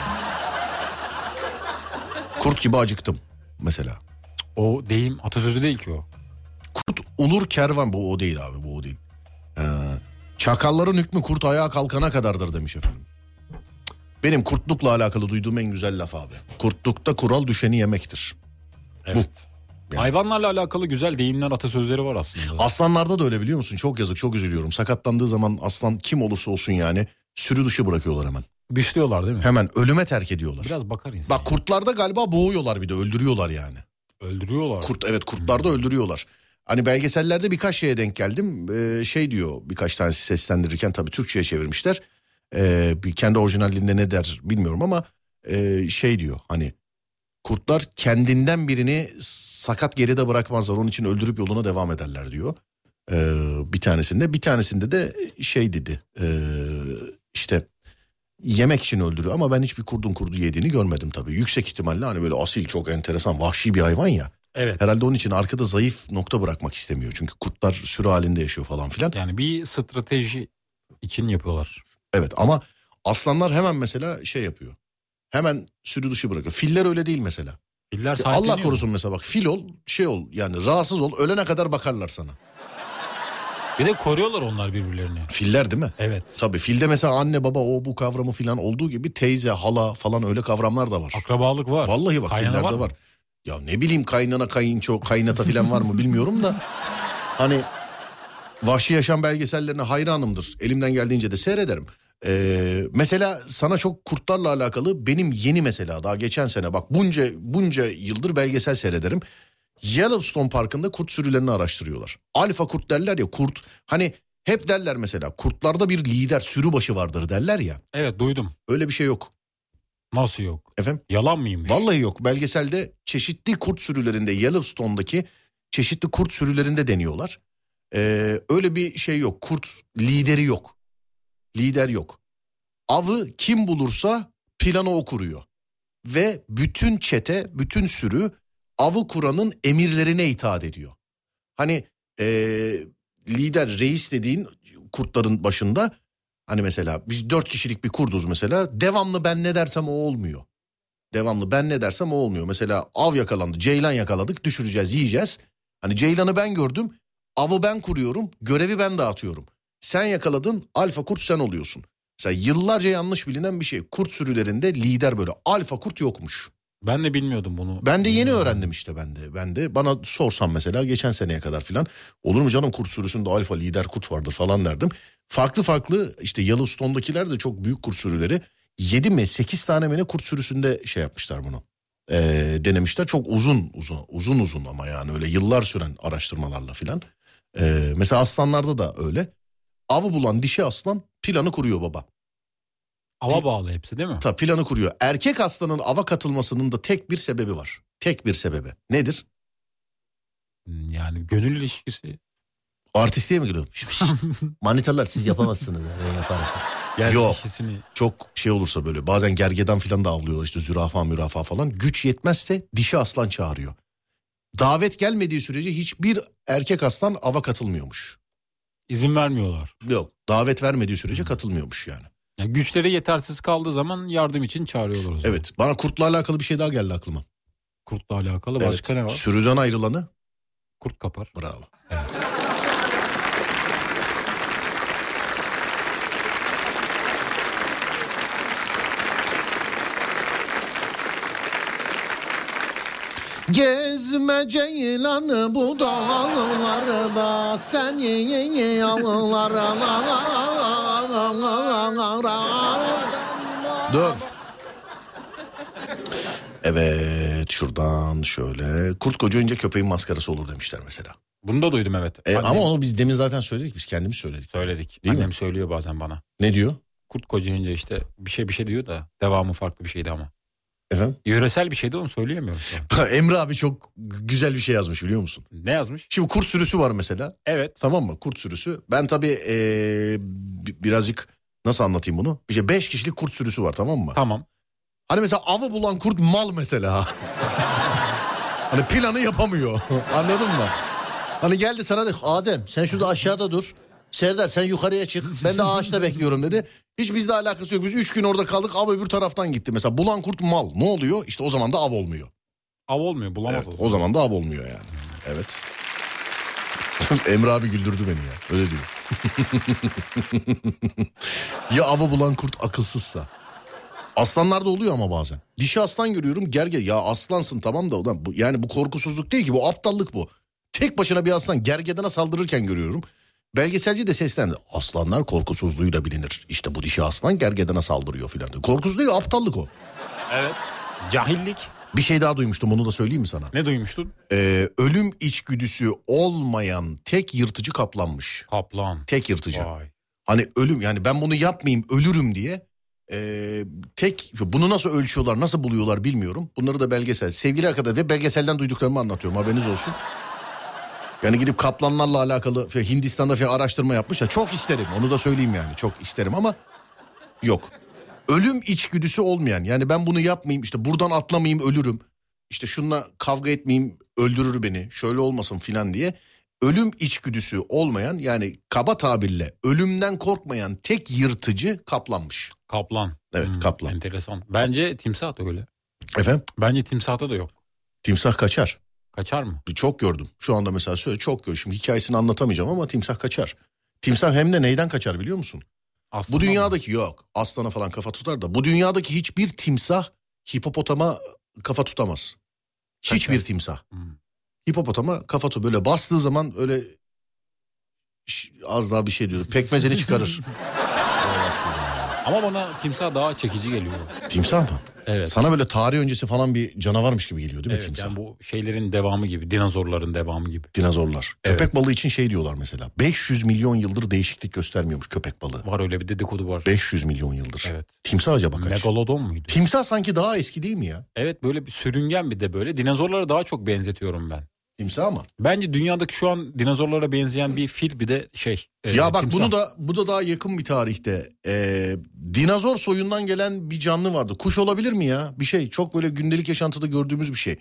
Kurt gibi acıktım mesela. O deyim atasözü değil ki o. Kurt ulur kervan, bu o değil abi, bu o değil. Ee, çakalların hükmü kurt ayağa kalkana kadardır demiş efendim. Benim kurtlukla alakalı duyduğum en güzel laf abi. Kurtlukta kural düşeni yemektir. Evet. Yani. Hayvanlarla alakalı güzel deyimler, atasözleri var aslında. Aslanlarda da öyle, biliyor musun? Çok yazık, çok üzülüyorum. Sakatlandığı zaman aslan kim olursa olsun yani sürü dışı bırakıyorlar hemen. Dışlıyorlar değil mi? Hemen ölüme terk ediyorlar. Biraz bakar insan. Bak kurtlarda galiba boğuyorlar, bir de öldürüyorlar yani. Öldürüyorlar. Kurt, evet, kurtlarda hmm. öldürüyorlar. Hani belgesellerde birkaç şeye denk geldim. Ee, şey diyor, birkaç tanesi seslendirirken, tabii Türkçe'ye çevirmişler. Ee, bir kendi orijinalliğinde ne der bilmiyorum ama e, şey diyor, hani kurtlar kendinden birini sakat geride bırakmazlar. Onun için öldürüp yoluna devam ederler diyor. Ee, bir tanesinde bir tanesinde de şey dedi. E, işte yemek için öldürüyor ama ben hiçbir kurdun kurdu yediğini görmedim tabii. Yüksek ihtimalle hani böyle asil, çok enteresan, vahşi bir hayvan ya. Evet. Herhalde onun için arkada zayıf nokta bırakmak istemiyor. Çünkü kurtlar sürü halinde yaşıyor falan filan. Yani bir strateji için yapıyorlar. Evet ama aslanlar hemen mesela şey yapıyor. Hemen sürü dışı bırakıyor. Filler öyle değil mesela. Filler sahipleniyor. Allah korusun mesela, bak fil ol, şey ol yani, rahatsız ol, ölene kadar bakarlar sana. Bir de koruyorlar onlar birbirlerini. Filler değil mi? Evet. Tabii filde mesela anne baba o bu kavramı filan olduğu gibi teyze, hala falan öyle kavramlar da var. Akrabalık var. Vallahi bak, Kaynana fillerde var. var. Ya ne bileyim, kaynana, kayınço, kaynata filan var mı bilmiyorum da. Hani Vahşi Yaşam belgesellerine hayranımdır. Elimden geldiğince de seyrederim. Ee, mesela sana çok kurtlarla alakalı benim yeni, mesela daha geçen sene, bak bunca bunca yıldır belgesel seyrederim. Yellowstone Parkı'nda kurt sürülerini araştırıyorlar. Alfa kurt derler ya, kurt hani hep derler mesela, kurtlarda bir lider, sürü başı vardır derler ya. Evet, duydum. Öyle bir şey yok. Nasıl yok? Efendim? Yalan mıymış? Vallahi yok. Belgeselde çeşitli kurt sürülerinde, Yellowstone'daki çeşitli kurt sürülerinde deniyorlar. Ee, öyle bir şey yok. Kurt lideri yok. Lider yok. Avı kim bulursa planı o kuruyor. Ve bütün çete, bütün sürü avı kuranın emirlerine itaat ediyor. Hani e, lider, reis dediğin kurtların başında, hani mesela biz dört kişilik bir kurduz mesela, devamlı ben ne dersem o olmuyor. Devamlı ben ne dersem o olmuyor. Mesela av yakalandı, ceylan yakaladık, düşüreceğiz, yiyeceğiz. Hani ceylanı ben gördüm, avı ben kuruyorum, görevi ben dağıtıyorum. Sen yakaladın, alfa kurt sen oluyorsun. Mesela yıllarca yanlış bilinen bir şey. Kurt sürülerinde lider böyle, alfa kurt yokmuş. Ben de bilmiyordum bunu. Ben de yeni öğrendim işte ben de. Ben de bana sorsam mesela geçen seneye kadar filan, olur mu canım kurt sürüsünde alfa lider kurt vardır falan derdim. Farklı farklı işte Yellowstone'dakiler de çok büyük kurt sürüleri. yedi mi sekiz tane mi ne kurt sürüsünde şey yapmışlar bunu. Ee, denemişler, çok uzun uzun uzun uzun ama yani öyle yıllar süren araştırmalarla filan. Ee, mesela aslanlarda da öyle. Avı bulan dişi aslan planı kuruyor baba. Ava bağlı hepsi değil mi? Ta planı kuruyor. Erkek aslanın ava katılmasının da tek bir sebebi var. Tek bir sebebi. Nedir? Yani gönül ilişkisi. Artistliğe mi giriyor? Manitalar siz yapamazsınız. Ben yaparım. Yani Yok. dişisini... Çok şey olursa böyle bazen gergedan falan da avlıyorlar, işte zürafa mürafa falan. Güç yetmezse dişi aslan çağırıyor. Davet gelmediği sürece hiçbir erkek aslan ava katılmıyormuş. İzin vermiyorlar. Yok, davet vermediği sürece katılmıyormuş yani. Yani güçleri yetersiz kaldığı zaman yardım için çağırıyorlar o zaman. Evet, bana kurtla alakalı bir şey daha geldi aklıma. Kurtla alakalı Evet, başka ne var? sürüden ayrılanı Kurt kapar. bravo. Evet. Gezme ceylan bu dağlarda, sen yağlara. Dur. Evet, şuradan şöyle. Kurt kocayınca köpeğin maskarası olur demişler mesela. Bunu da duydum evet. E, Annem- ama onu biz demin zaten söyledik, biz kendimiz söyledik. Söyledik. Değil Annem mi? söylüyor bazen bana. Ne diyor? Kurt kocayınca işte bir şey bir şey diyor da devamı farklı bir şeydi ama. Efendim? Yöresel bir şeydi, onu söyleyemiyorum şu an. Emre abi çok güzel bir şey yazmış, biliyor musun? Ne yazmış? Şimdi kurt sürüsü var mesela. Evet. Tamam mı? Kurt sürüsü. Ben tabii ee, birazcık nasıl anlatayım bunu? Bir şey, beş kişilik kurt sürüsü var, tamam mı? Tamam. Hani mesela avı bulan kurt mal mesela. Hani planı yapamıyor. Anladın mı? Hani geldi sana dedi, Adem sen şurada aşağıda dur. Serdar sen yukarıya çık. Ben de ağaçta bekliyorum dedi. Hiç bizle alakası yok. Biz üç gün orada kaldık, av öbür taraftan gitti. Mesela bulan kurt mal. Ne oluyor? İşte o zaman da av olmuyor. Av olmuyor, bulamaz. Evet, o zaman da av olmuyor yani. Evet. Emre abi güldürdü beni ya. Öyle diyor. Ya avı bulan kurt akılsızsa? Aslanlarda oluyor ama bazen. Dişi aslan görüyorum, gerge. Ya aslansın tamam da ulan bu, yani bu korkusuzluk değil ki, bu aptallık bu. Tek başına bir aslan gergedana saldırırken görüyorum. Belgeselci de seslendi. Aslanlar korkusuzluğuyla bilinir. İşte bu dişi aslan gergedana saldırıyor filan. Korkusuzluk değil, aptallık o. Evet. Cahillik. Bir şey daha duymuştum, onu da söyleyeyim mi sana? Ne duymuştun? Ee, ölüm içgüdüsü olmayan tek yırtıcı kaplanmış. Kaplan. Tek yırtıcı. Vay. Hani ölüm, yani ben bunu yapmayayım ölürüm diye. Ee, tek bunu nasıl ölçüyorlar, nasıl buluyorlar bilmiyorum. Bunları da belgesel. Sevgili arkadaşlar, ve belgeselden duyduklarımı anlatıyorum, haberiniz olsun. Yani gidip kaplanlarla alakalı Hindistan'da falan araştırma yapmışlar. Çok isterim, onu da söyleyeyim yani. Çok isterim ama yok. Ölüm içgüdüsü olmayan, yani ben bunu yapmayayım, işte buradan atlamayayım ölürüm. İşte şununla kavga etmeyeyim öldürür beni, şöyle olmasın filan diye. Ölüm içgüdüsü olmayan, yani kaba tabirle ölümden korkmayan tek yırtıcı kaplanmış. Kaplan. Evet, Hmm, kaplan. Enteresan. Bence timsah da öyle. Efendim? Bence timsahta da yok. Timsah kaçar. Kaçar mı? Çok gördüm. Şu anda mesela söyle, çok gördüm. Şimdi hikayesini anlatamayacağım ama timsah kaçar. Timsah hem de neyden kaçar biliyor musun? Aslında Bu dünyadaki mı? Yok. Aslana falan kafa tutar da. Bu dünyadaki hiçbir timsah hipopotama kafa tutamaz. Kaçar. Hiçbir timsah. Hmm. Hipopotama kafa tutar. Böyle bastığı zaman öyle Ş- az daha bir şey diyordu. Pekmezini çıkarır. Ama bana timsah daha çekici geliyor. Timsah mı? Evet. Sana böyle tarih öncesi falan bir canavarmış gibi geliyor değil mi Evet, timsah? yani bu şeylerin devamı gibi, dinozorların devamı gibi. Dinozorlar. Evet. Köpek balığı için şey diyorlar mesela. beş yüz milyon yıldır değişiklik göstermiyormuş köpek balığı. Var öyle bir dedikodu var. beş yüz milyon yıldır. Evet. Timsah acaba kaç? Megalodon muydu? Timsah sanki daha eski değil mi ya? Evet, böyle bir sürüngen, bir de böyle dinozorlara daha çok benzetiyorum ben. Timsah mı? Bence dünyadaki şu an dinozorlara benzeyen bir fil, bir de şey. e, Ya bak timsah. bunu da bu da daha yakın bir tarihte. Ee, dinozor soyundan gelen bir canlı vardı. Kuş olabilir mi ya? Bir şey çok böyle gündelik yaşantıda gördüğümüz bir şey.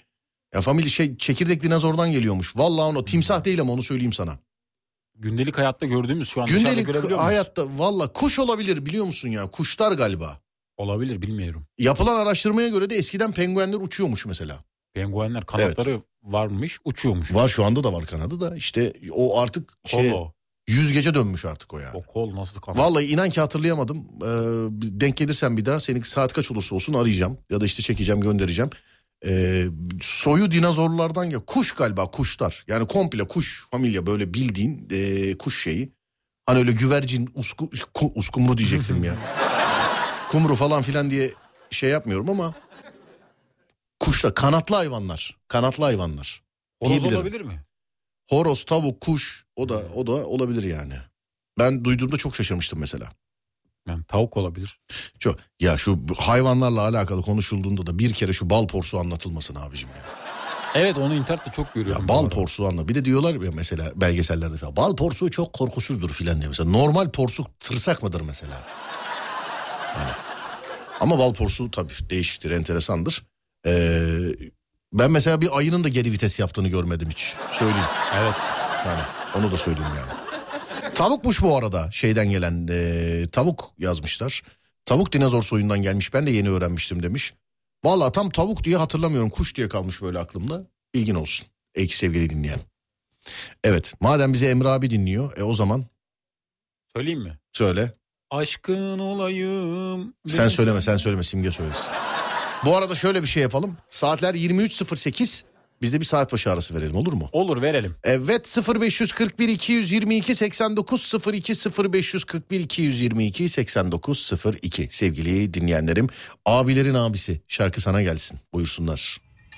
Ya familya şey çekirdek dinozordan geliyormuş. Vallahi onu timsah değil ama onu söyleyeyim sana. Gündelik hayatta gördüğümüz şu an dışarıda Gündelik görebiliyor muyuz? hayatta valla kuş olabilir biliyor musun ya? Kuşlar galiba. Olabilir, bilmiyorum. Yapılan araştırmaya göre de eskiden penguenler uçuyormuş mesela. Penguenler kanatları evet. varmış, uçuyormuş. Var, şu anda da var kanadı da işte o artık şey, yüzgece dönmüş artık o yani. O kol nasıl kanat? Vallahi inan ki hatırlayamadım. Ee, denk gelirsen bir daha seni saat kaç olursa olsun arayacağım. Ya da işte çekeceğim, göndereceğim. Ee, soyu dinozorlardan ya, kuş galiba, kuşlar. Yani komple kuş familya, böyle bildiğin e, kuş şeyi. Hani öyle güvercin, usku, ku, uskumru diyecektim ya. Kumru falan filan diye şey yapmıyorum ama kuşlar, kanatlı hayvanlar. Kanatlı hayvanlar. Horoz olabilir mi? Horoz, tavuk, kuş, o da o da olabilir yani. Ben duyduğumda çok şaşırmıştım mesela. Yani tavuk olabilir. Çok. Ya şu hayvanlarla alakalı konuşulduğunda da bir kere şu bal porsuğu anlatılmasın abicim ya. Evet, onu internette çok görüyorum. Ya bal porsuğu anla. Bir de diyorlar ya mesela belgesellerde falan. Bal porsuğu çok korkusuzdur filan diye mesela. Normal porsuk tırsak mıdır mesela? Yani. Ama bal porsuğu tabii değişiktir, enteresandır. Ee, ben mesela bir ayının da geri vites yaptığını görmedim hiç. Söyleyeyim. Evet. Yani onu da söyleyeyim yani. Tavukmuş bu arada, şeyden gelen e, tavuk yazmışlar. Tavuk dinozor soyundan gelmiş, ben de yeni öğrenmiştim demiş. Vallahi tam tavuk diye hatırlamıyorum, kuş diye kalmış böyle aklımda. Bilgin olsun ey sevgili dinleyen. Evet, madem bizi Emre abi dinliyor e o zaman. Söyleyeyim mi? Söyle. Aşkın olayım. Sen söyleme sen söyleme, Simge söylesin. Bu arada şöyle bir şey yapalım. Saatler yirmi üç sıfır sekiz. Biz de bir saat başı arası verelim, olur mu? Olur, verelim. Evet, sıfır beş kırk bir iki yüz yirmi iki seksen dokuz sıfır iki sıfır beş kırk bir iki yüz yirmi iki seksen dokuz sıfır iki. Sevgili dinleyenlerim, abilerin abisi şarkı sana gelsin, buyursunlar.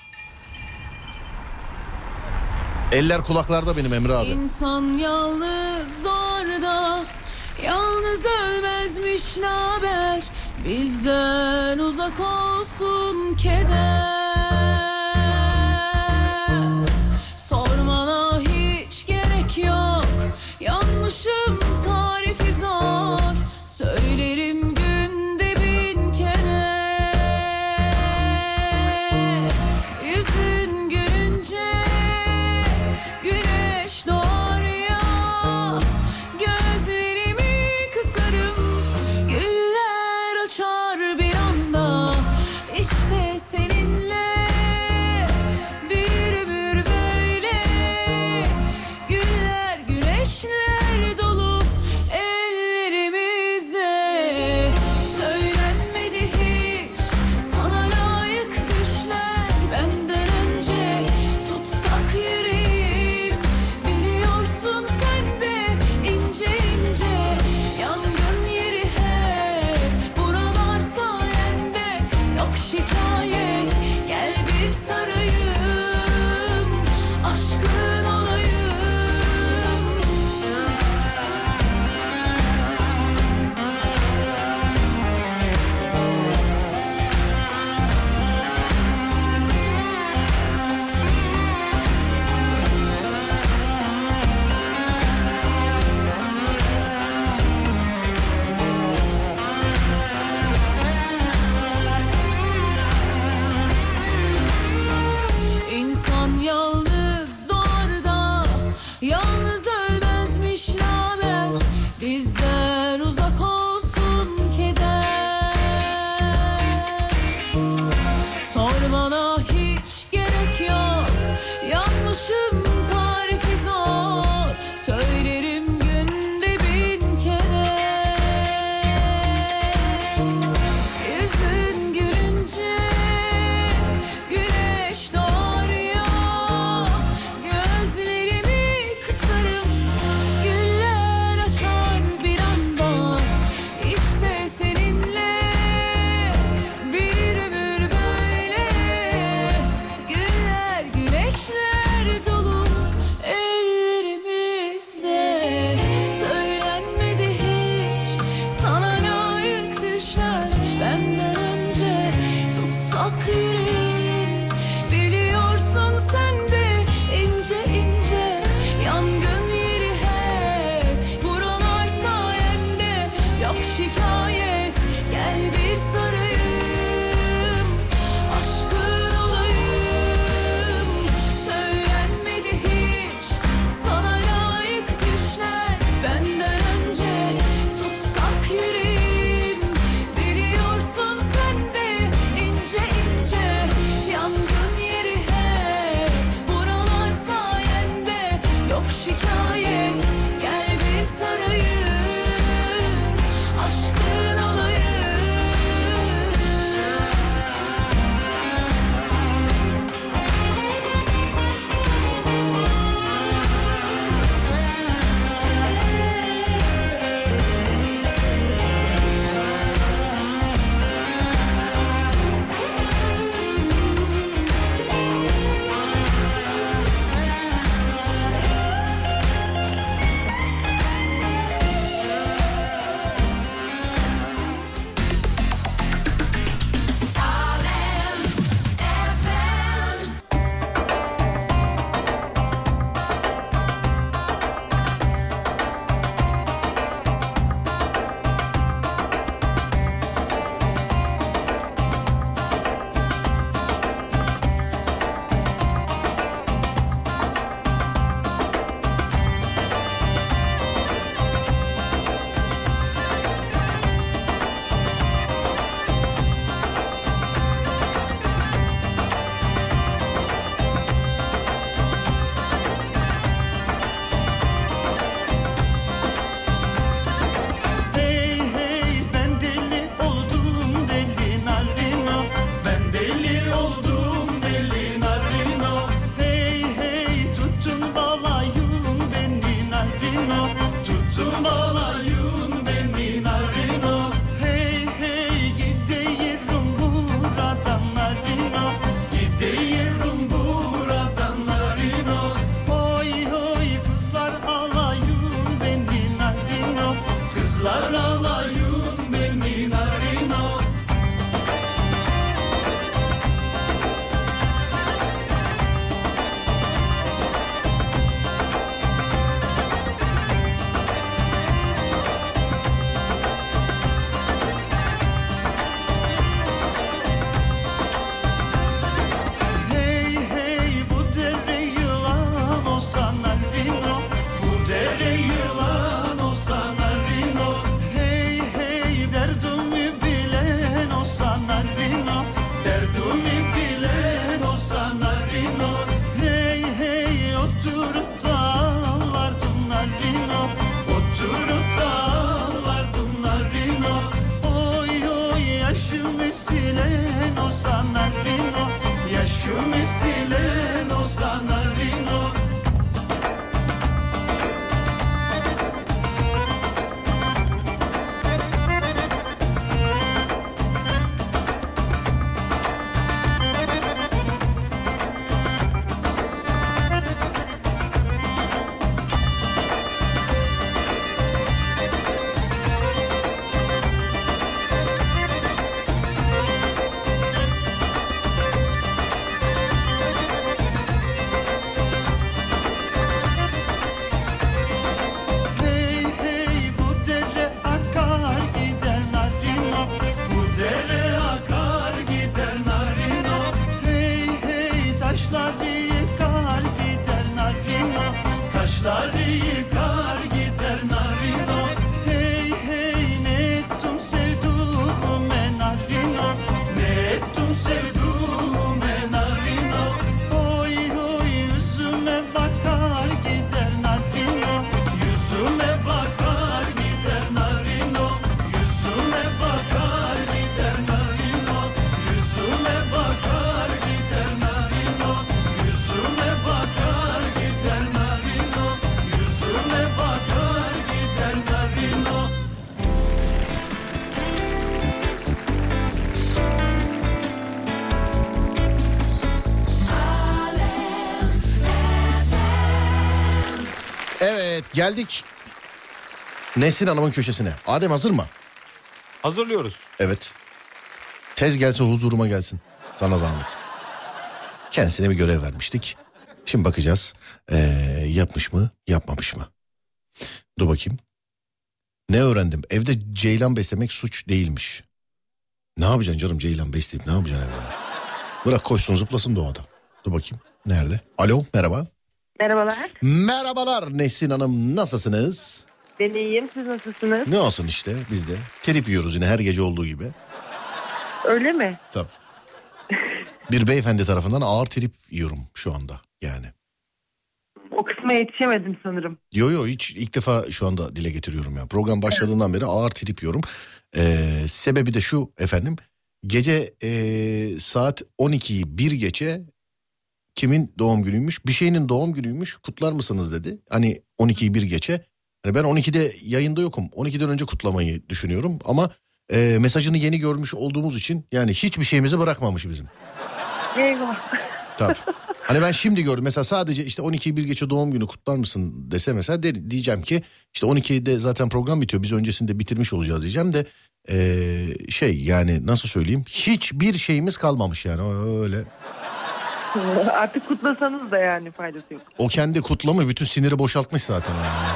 Eller kulaklarda benim Emre abi. İnsan yalnız doğar da yalnız ölmezmiş, naber bizden uzak olsun keder. Sormana hiç gerek yok, yanmışım tarifi zor, söylerim günde bin kere. Yüzün gülünce güneş doğar ya, gözlerimi kısarım, güller açar bir anda, işte seninle bir ömür böyle, güller güneşler dolu ellerimizde. Söylenmedi hiç sana layık düşler benden önce, tutsak yüreğim biliyorsun sen de ince ince, yangın yeri hep buralar sayende, yok şikayet, gel bir sarayım, aşkın olayım. Şu mesilen o sanarino. Evet, geldik Nesrin Hanım'ın köşesine. Adem hazır mı? Hazırlıyoruz. Evet. Tez gelse huzuruma gelsin. Sana zahmet. Kendisine bir görev vermiştik. Şimdi bakacağız. Ee, yapmış mı, yapmamış mı? Dur bakayım. Ne öğrendim? Evde ceylan beslemek suç değilmiş. Ne yapacaksın canım ceylan besleyip ne yapacaksın evde? Bırak koşsun zıplasın doğada. Dur bakayım. Nerede? Alo, merhaba. Merhabalar. Merhabalar Nesrin Hanım, nasılsınız? Ben iyiyim. Siz nasılsınız? Ne olsun işte biz de. Trip yiyoruz yine her gece olduğu gibi. Öyle mi? Tabii. Bir beyefendi tarafından ağır trip yiyorum şu anda yani. O kısma yetişemedim sanırım. Yo yo hiç ilk defa şu anda dile getiriyorum ya. Program başladığından beri ağır trip yiyorum. Ee, sebebi de şu efendim. Gece e, saat on ikiyi bir geçe kimin doğum günüymüş? Bir şeyinin doğum günüymüş. Kutlar mısınız dedi. Hani on ikiyi bir geçe. Yani ben on ikide yayında yokum. on ikiden önce kutlamayı düşünüyorum ama e, mesajını yeni görmüş olduğumuz için yani hiçbir şeyimizi bırakmamış bizim. Eyvah. Tabii. Hani ben şimdi gördüm mesela sadece işte on ikiyi bir geçe doğum günü kutlar mısın dese mesela de, diyeceğim ki işte on ikide zaten program bitiyor. Biz öncesinde bitirmiş olacağız diyeceğim de e, şey yani nasıl söyleyeyim hiçbir şeyimiz kalmamış yani öyle. Artık kutlasanız da yani faydası yok. O kendi kutlama bütün siniri boşaltmış zaten.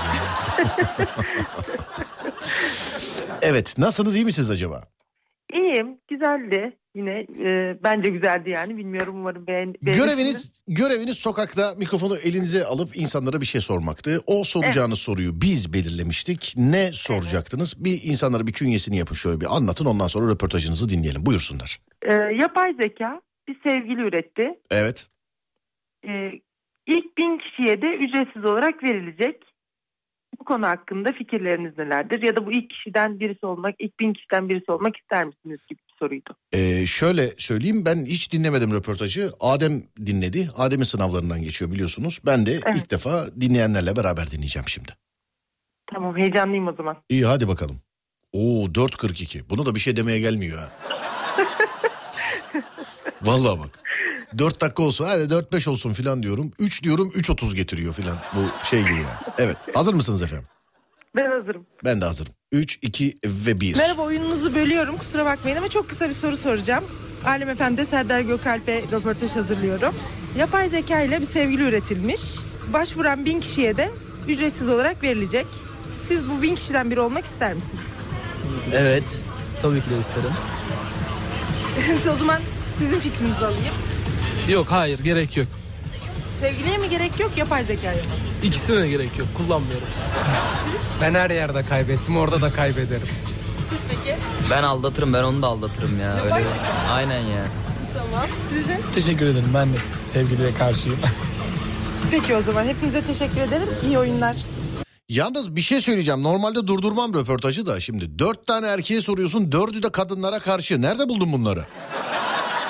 Evet, nasılsınız, iyi misiniz acaba? İyiyim, güzeldi. Yine e, bence güzeldi yani. Bilmiyorum, umarım beğen Göreviniz göreviniz sokakta mikrofonu elinize alıp insanlara bir şey sormaktı. O soracağınız evet. soruyu biz belirlemiştik. Ne soracaktınız? Evet. Bir insanlara bir künyesini yapın, şöyle bir anlatın, ondan sonra röportajınızı dinleyelim. Buyursunlar. E, yapay zeka bir sevgili üretti. Evet. E, ilk bin kişiye de ücretsiz olarak verilecek. Bu konu hakkında fikirleriniz nelerdir? Ya da bu ilk kişiden birisi olmak, ilk bin kişiden birisi olmak ister misiniz gibi bir soruydu. Ee, şöyle söyleyeyim, ben hiç dinlemedim röportajı. Adem dinledi. Adem'in sınavlarından geçiyor biliyorsunuz. Ben de evet. ilk defa dinleyenlerle beraber dinleyeceğim şimdi. Tamam, heyecanlıyım o zaman. İyi, hadi bakalım. Oo, dört kırk iki. Bunu da bir şey demeye gelmiyor ha. Vallahi bak. dört dakika olsun, hadi dört beş olsun filan diyorum. üç diyorum, üç otuz getiriyor filan. Bu şey gibi yani. Evet, hazır mısınız efendim? Ben hazırım. Ben de hazırım. üç, iki ve bir. Merhaba, oyununuzu bölüyorum, kusura bakmayın ama çok kısa bir soru soracağım. Alem F M'de Serdar Gökalp ve röportaj hazırlıyorum. Yapay zeka ile bir sevgili üretilmiş. Başvuran bin kişiye de ücretsiz olarak verilecek. Siz bu bin kişiden biri olmak ister misiniz? Evet, tabii ki de isterim. O zaman sizin fikrinizi alayım. Yok, hayır, gerek yok. Sevgiliye mi gerek yok, yapay zekaya mı? İkisine de gerek yok, kullanmıyorum. Siz? Ben her yerde kaybettim, orada da kaybederim. Siz peki? Ben aldatırım, ben onu da aldatırım ya. Öyle. Aynen ya. Tamam, sizin? Teşekkür ederim, ben de sevgiliye karşıyım. Peki o zaman, hepinize teşekkür ederim, iyi oyunlar. Yalnız bir şey söyleyeceğim. Normalde durdurmam röportajı da şimdi. Dört tane erkeğe soruyorsun, dördü de kadınlara karşı. Nerede buldun bunları? Hep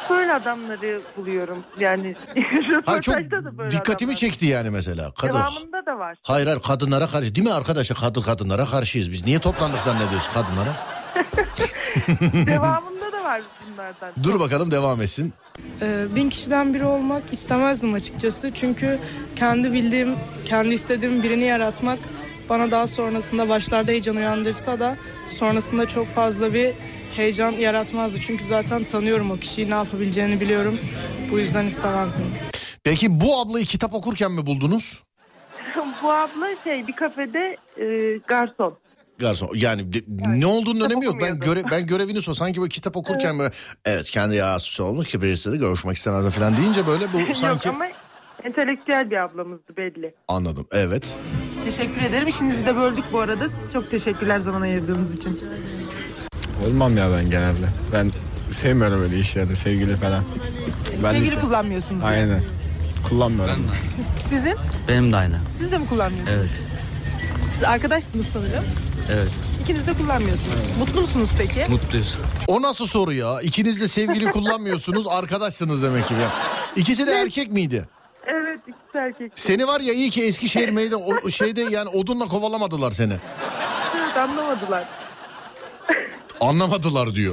böyle adamları buluyorum. Yani Hayır, çok röportajda da böyle dikkatimi adamlar. çekti yani mesela. Kadın. Devamında da var. Hayır hayır kadınlara karşı değil mi arkadaşlar? Kadın kadınlara karşıyız biz. Niye toplandık zannediyoruz kadınlara? Devamında da var bunlardan. Dur bakalım devam etsin. Ee, bin kişiden biri olmak istemezdim açıkçası. Çünkü kendi bildiğim, kendi istediğim birini yaratmak bana daha sonrasında başlarda heyecan uyandırsa da sonrasında çok fazla bir heyecan yaratmazdı. Çünkü zaten tanıyorum o kişiyi, ne yapabileceğini biliyorum. Bu yüzden istemezdim. Peki bu ablayı kitap okurken mi buldunuz? Bu abla şey bir kafede e, garson. Garson yani de, ne olduğunun önemi yok. Ben göre, ben görevini sor. Sanki böyle kitap okurken evet. böyle evet kendi yağsı olmuş ki birisiyle görüşmek istemez falan deyince böyle bu sanki. Yok ama entelektüel bir ablamızdı belli. Anladım evet. Teşekkür ederim. İşinizi de böldük bu arada. Çok teşekkürler zaman ayırdığınız için. Olmam ya ben genelde. Ben sevmiyorum öyle işlerde sevgili falan. Ben Sevgili de... kullanmıyorsunuz yani. Aynen. Kullanmıyorum. Sizin? Benim de aynı. Siz de mi kullanmıyorsunuz? Evet. Siz arkadaşsınız sanırım. Evet. İkiniz de kullanmıyorsunuz. Evet. Mutlu musunuz peki? Mutluyuz. O nasıl soru ya? İkiniz de sevgili kullanmıyorsunuz, arkadaşsınız demek ki. Ya. İkisi de erkek miydi? Evet, ikisi erkek. Seni var ya iyi ki Eskişehir meydan o şeyde yani odunla kovalamadılar seni. Evet, anlamadılar. Anlamadılar diyor.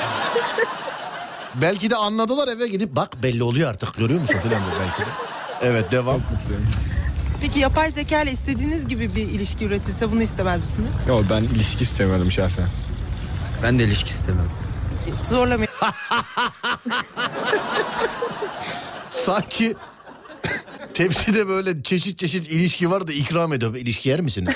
Belki de anladılar, eve gidip bak belli oluyor artık görüyor musun filan diyor belki de. Evet devam. Peki yapay zeka ile istediğiniz gibi bir ilişki üretilse bunu istemez misiniz? Yok ben ilişki istemiyorum şahsen. Ben de ilişki istemiyorum. Zorlamayın. Sanki tepside böyle çeşit çeşit ilişki var da ikram ediyor. İlişki yer misiniz?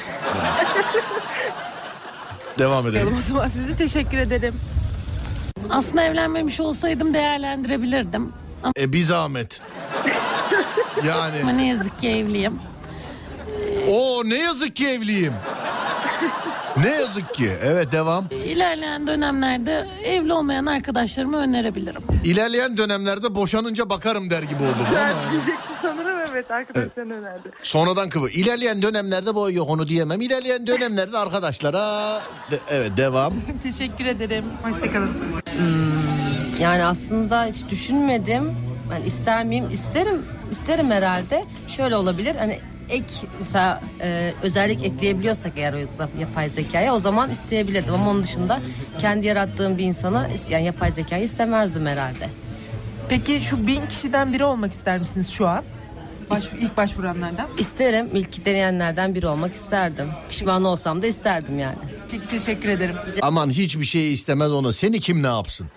Devam edelim. O zaman size teşekkür ederim. Aslında evlenmemiş olsaydım değerlendirebilirdim. Ama E bir zahmet. Yani. Ama ne yazık ki evliyim. Oo ne yazık ki evliyim. Ne yazık ki. Evet devam. İlerleyen dönemlerde evli olmayan arkadaşlarıma önerebilirim. İlerleyen dönemlerde boşanınca bakarım der gibi oldum. Ben diyecektim sanırım evet arkadaşlarına evet. önerdi. Sonradan kıvı. İlerleyen dönemlerde bu yok onu diyemem. İlerleyen dönemlerde arkadaşlara de, evet devam. Teşekkür ederim. Hoşçakalın. Hmm, yani aslında hiç düşünmedim. Yani ister miyim? İsterim. İsterim herhalde. Şöyle olabilir. Hani ek mesela e, özellik ekleyebiliyorsak eğer o yapay zekaya o zaman isteyebilirdim. Ama onun dışında kendi yarattığım bir insana yani yapay zekayı istemezdim herhalde. Peki şu bin kişiden biri olmak ister misiniz şu an? Baş, ilk başvuranlardan. İsterim. İlk deneyenlerden biri olmak isterdim. Pişman olsam da isterdim yani. Peki teşekkür ederim. Aman hiçbir şey istemez onu. Seni kim ne yapsın?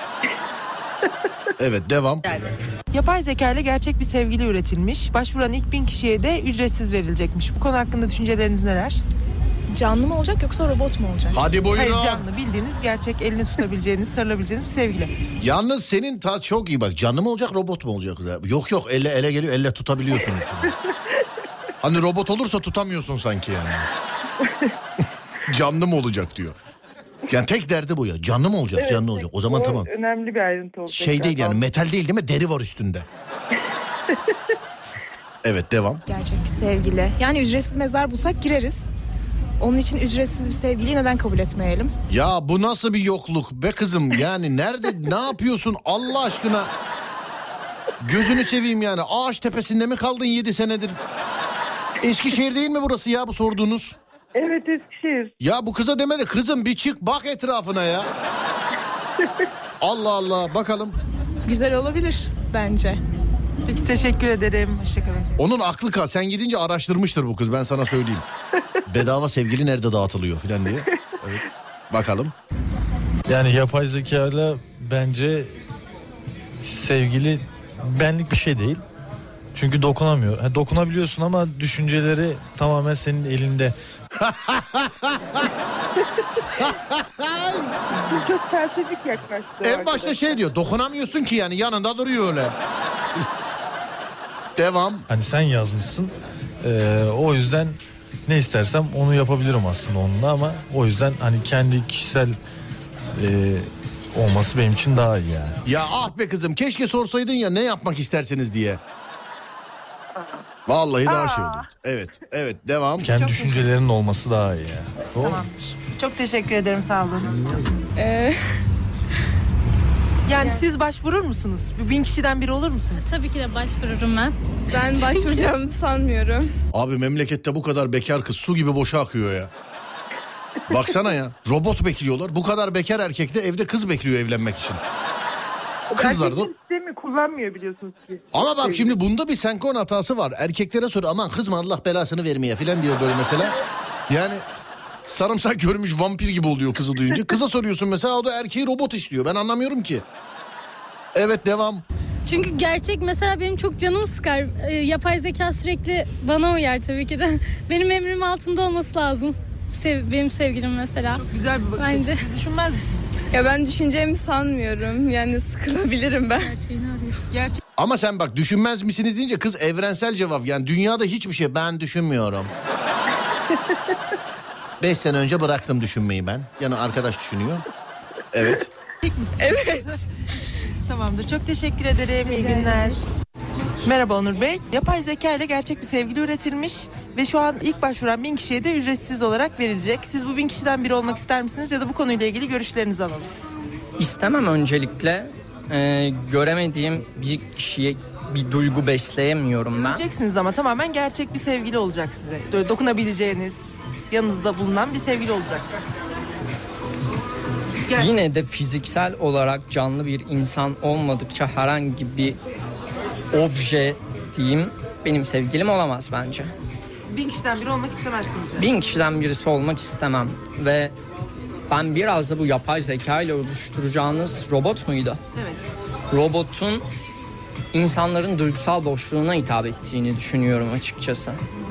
Evet devam. Yapay zeka ile gerçek bir sevgili üretilmiş. Başvuran ilk bin kişiye de ücretsiz verilecekmiş. Bu konu hakkında düşünceleriniz neler? Canlı mı olacak yoksa robot mu olacak? Hadi buyurun. Hayır canlı bildiğiniz gerçek elini tutabileceğiniz sarılabileceğiniz bir sevgili. Yalnız senin ta çok iyi bak canlı mı olacak robot mu olacak? Yok yok elle ele geliyor elle tutabiliyorsunuz. Hani robot olursa tutamıyorsun sanki yani. Canlı mı olacak diyor. Yani tek derdi bu ya. Canlı mı olacak? Evet, canlı olacak. O zaman o tamam. Önemli bir ayrıntı olacak. Şey değil yani metal değil değil mi? Deri var üstünde. Evet devam. Gerçek bir sevgili. Yani ücretsiz mezar bulsak gireriz. Onun için ücretsiz bir sevgiliyi neden kabul etmeyelim? Ya bu nasıl bir yokluk be kızım? Yani nerede ne yapıyorsun Allah aşkına? Gözünü seveyim yani. Ağaç tepesinde mi kaldın yedi senedir? Eskişehir değil mi burası ya bu sorduğunuz? Evet Eskişehir. Ya bu kıza demedi kızım bir çık bak etrafına ya. Allah Allah bakalım. Güzel olabilir bence. Peki teşekkür ederim. Hoşçakalın. Onun aklı kal. Sen gidince araştırmıştır bu kız ben sana söyleyeyim. Bedava sevgili nerede dağıtılıyor filan diye. Evet. Bakalım. Yani yapay zekayla bence sevgili benlik bir şey değil. Çünkü dokunamıyor. Yani dokunabiliyorsun ama düşünceleri tamamen senin elinde. Çok felsefik yaklaştı. En başta şey diyor dokunamıyorsun ki yani yanında duruyor öyle. Devam. Hani sen yazmışsın. Ee, o yüzden ne istersem onu yapabilirim aslında onunla ama o yüzden hani kendi kişisel e, olması benim için daha iyi yani. Ya ah be kızım keşke sorsaydın ya ne yapmak isterseniz diye. Vallahi daha şey olur. Evet, evet devam. Kendi Çok düşüncelerinin olması daha iyi yani. Doğru. Tamamdır. Çok teşekkür ederim sağ olun. Ee... Yani siz başvurur musunuz? Bu bin kişiden biri olur musunuz? Tabii ki de başvururum ben. Ben başvuracağımı sanmıyorum. Abi memlekette bu kadar bekar kız su gibi boşa akıyor ya. Baksana ya, robot bekliyorlar. Bu kadar bekar erkek de evde kız bekliyor evlenmek için. Kızlar da... sistemi kullanmıyor biliyorsunuz ki. Ama bak şimdi bunda bir senkron hatası var. Erkeklere soruyor, aman kızma Allah belasını vermeye falan diyor böyle mesela. Yani sarımsak görmüş vampir gibi oluyor kızı duyunca. Kıza soruyorsun mesela, o da erkeği robot istiyor. Ben anlamıyorum ki. Evet, devam. Çünkü gerçek mesela benim çok canımı sıkar. E, yapay zeka sürekli bana uyar tabii ki de. Benim emrim altında olması lazım. Sev, benim sevgilim mesela. Çok güzel bir bakış açısı. Siz düşünmez misiniz? Ya ben düşüneceğimi sanmıyorum. Yani sıkılabilirim ben. Gerçeğini arıyor. Gerçek. Ama sen bak, düşünmez misiniz deyince kız evrensel cevap. Yani dünyada hiçbir şey ben düşünmüyorum. Beş sene önce bıraktım düşünmeyi ben. Yani arkadaş düşünüyor. Evet. Evet. Tamamdır. Çok teşekkür ederim. İyi günler. Merhaba Onur Bey. Yapay zeka ile gerçek bir sevgili üretilmiş ve şu an ilk başvuran bin kişiye de ücretsiz olarak verilecek. Siz bu bin kişiden biri olmak ister misiniz ya da bu konuyla ilgili görüşlerinizi alalım. İstemem öncelikle. Ee, göremediğim bir kişiye bir duygu besleyemiyorum ben. Göreceksiniz ama tamamen gerçek bir sevgili olacak size. Böyle dokunabileceğiniz, yanınızda bulunan bir sevgili olacak. Gerçekten. Yine de fiziksel olarak canlı bir insan olmadıkça herhangi bir obje diyeyim benim sevgilim olamaz bence. Bin kişiden biri olmak istemezsiniz. Yani. Bin kişiden birisi olmak istemem ve ben biraz da bu yapay zeka ile oluşturacağınız robot muydu? Evet. Robotun insanların duygusal boşluğuna hitap ettiğini düşünüyorum açıkçası.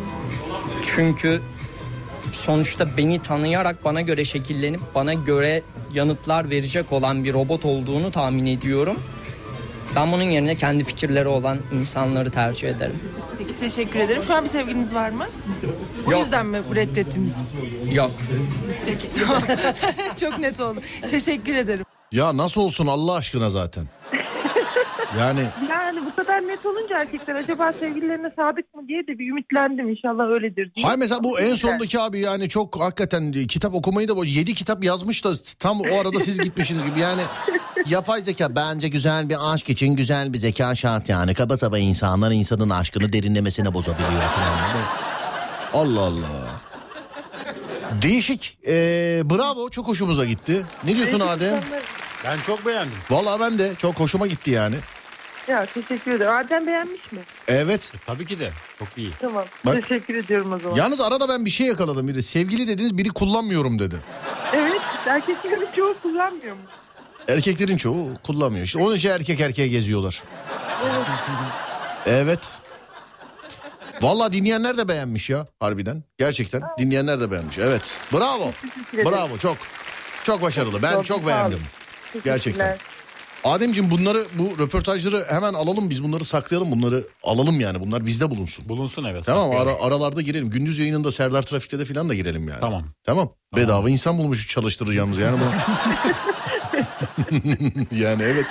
Çünkü sonuçta beni tanıyarak bana göre şekillenip bana göre yanıtlar verecek olan bir robot olduğunu tahmin ediyorum. Ben bunun yerine kendi fikirleri olan insanları tercih ederim. Peki, teşekkür ederim. Şu an bir sevgiliniz var mı? O Yok. yüzden mi reddettiniz? Yok. Peki, tamam. Çok net oldu. Teşekkür ederim. Ya nasıl olsun Allah aşkına zaten. Yani Yani bu kadar net olunca erkekler acaba sevgililerine sadık mı diye de bir ümitlendim. İnşallah öyledir diye. hayır, mesela bu en sondaki abi yani çok hakikaten kitap okumayı da yedi kitap yazmış da tam o arada siz gitmişsiniz gibi. Yani yapay zeka bence güzel bir aşk için güzel bir zeka şart yani. Kaba saba insanlar insanın aşkını derinlemesine bozabiliyor falan. Allah Allah. Değişik. Ee, bravo, çok hoşumuza gitti. Ne diyorsun Adem? Ben çok beğendim. Vallahi ben de çok hoşuma gitti yani. Ya teşekkür ederim. Adem beğenmiş mi? Evet. E, tabii ki de. Çok iyi. Tamam. Bak, teşekkür ediyorum o zaman. yalnız arada ben bir şey yakaladım. Biri sevgili dediniz, biri kullanmıyorum dedi. Evet. Erkeklerin çoğu kullanmıyor mu? Erkeklerin çoğu kullanmıyor. İşte onun için erkek erkeğe geziyorlar. Evet. Evet. Vallahi dinleyenler de beğenmiş ya harbiden. Gerçekten dinleyenler de beğenmiş. Evet. Bravo. Bravo, çok. Çok başarılı. Ben çok, çok beğendim. Gerçekten. Ademciğim, bunları, bu röportajları hemen alalım, biz bunları saklayalım, bunları alalım yani, bunlar bizde bulunsun. Bulunsun evet. Tamam, ara, aralarda girelim. Gündüz yayınında Serdar Trafik'te de falan da girelim yani. Tamam. Tamam. Bedava insan bulmuş çalıştıracağımız yani bunu. Yani evet.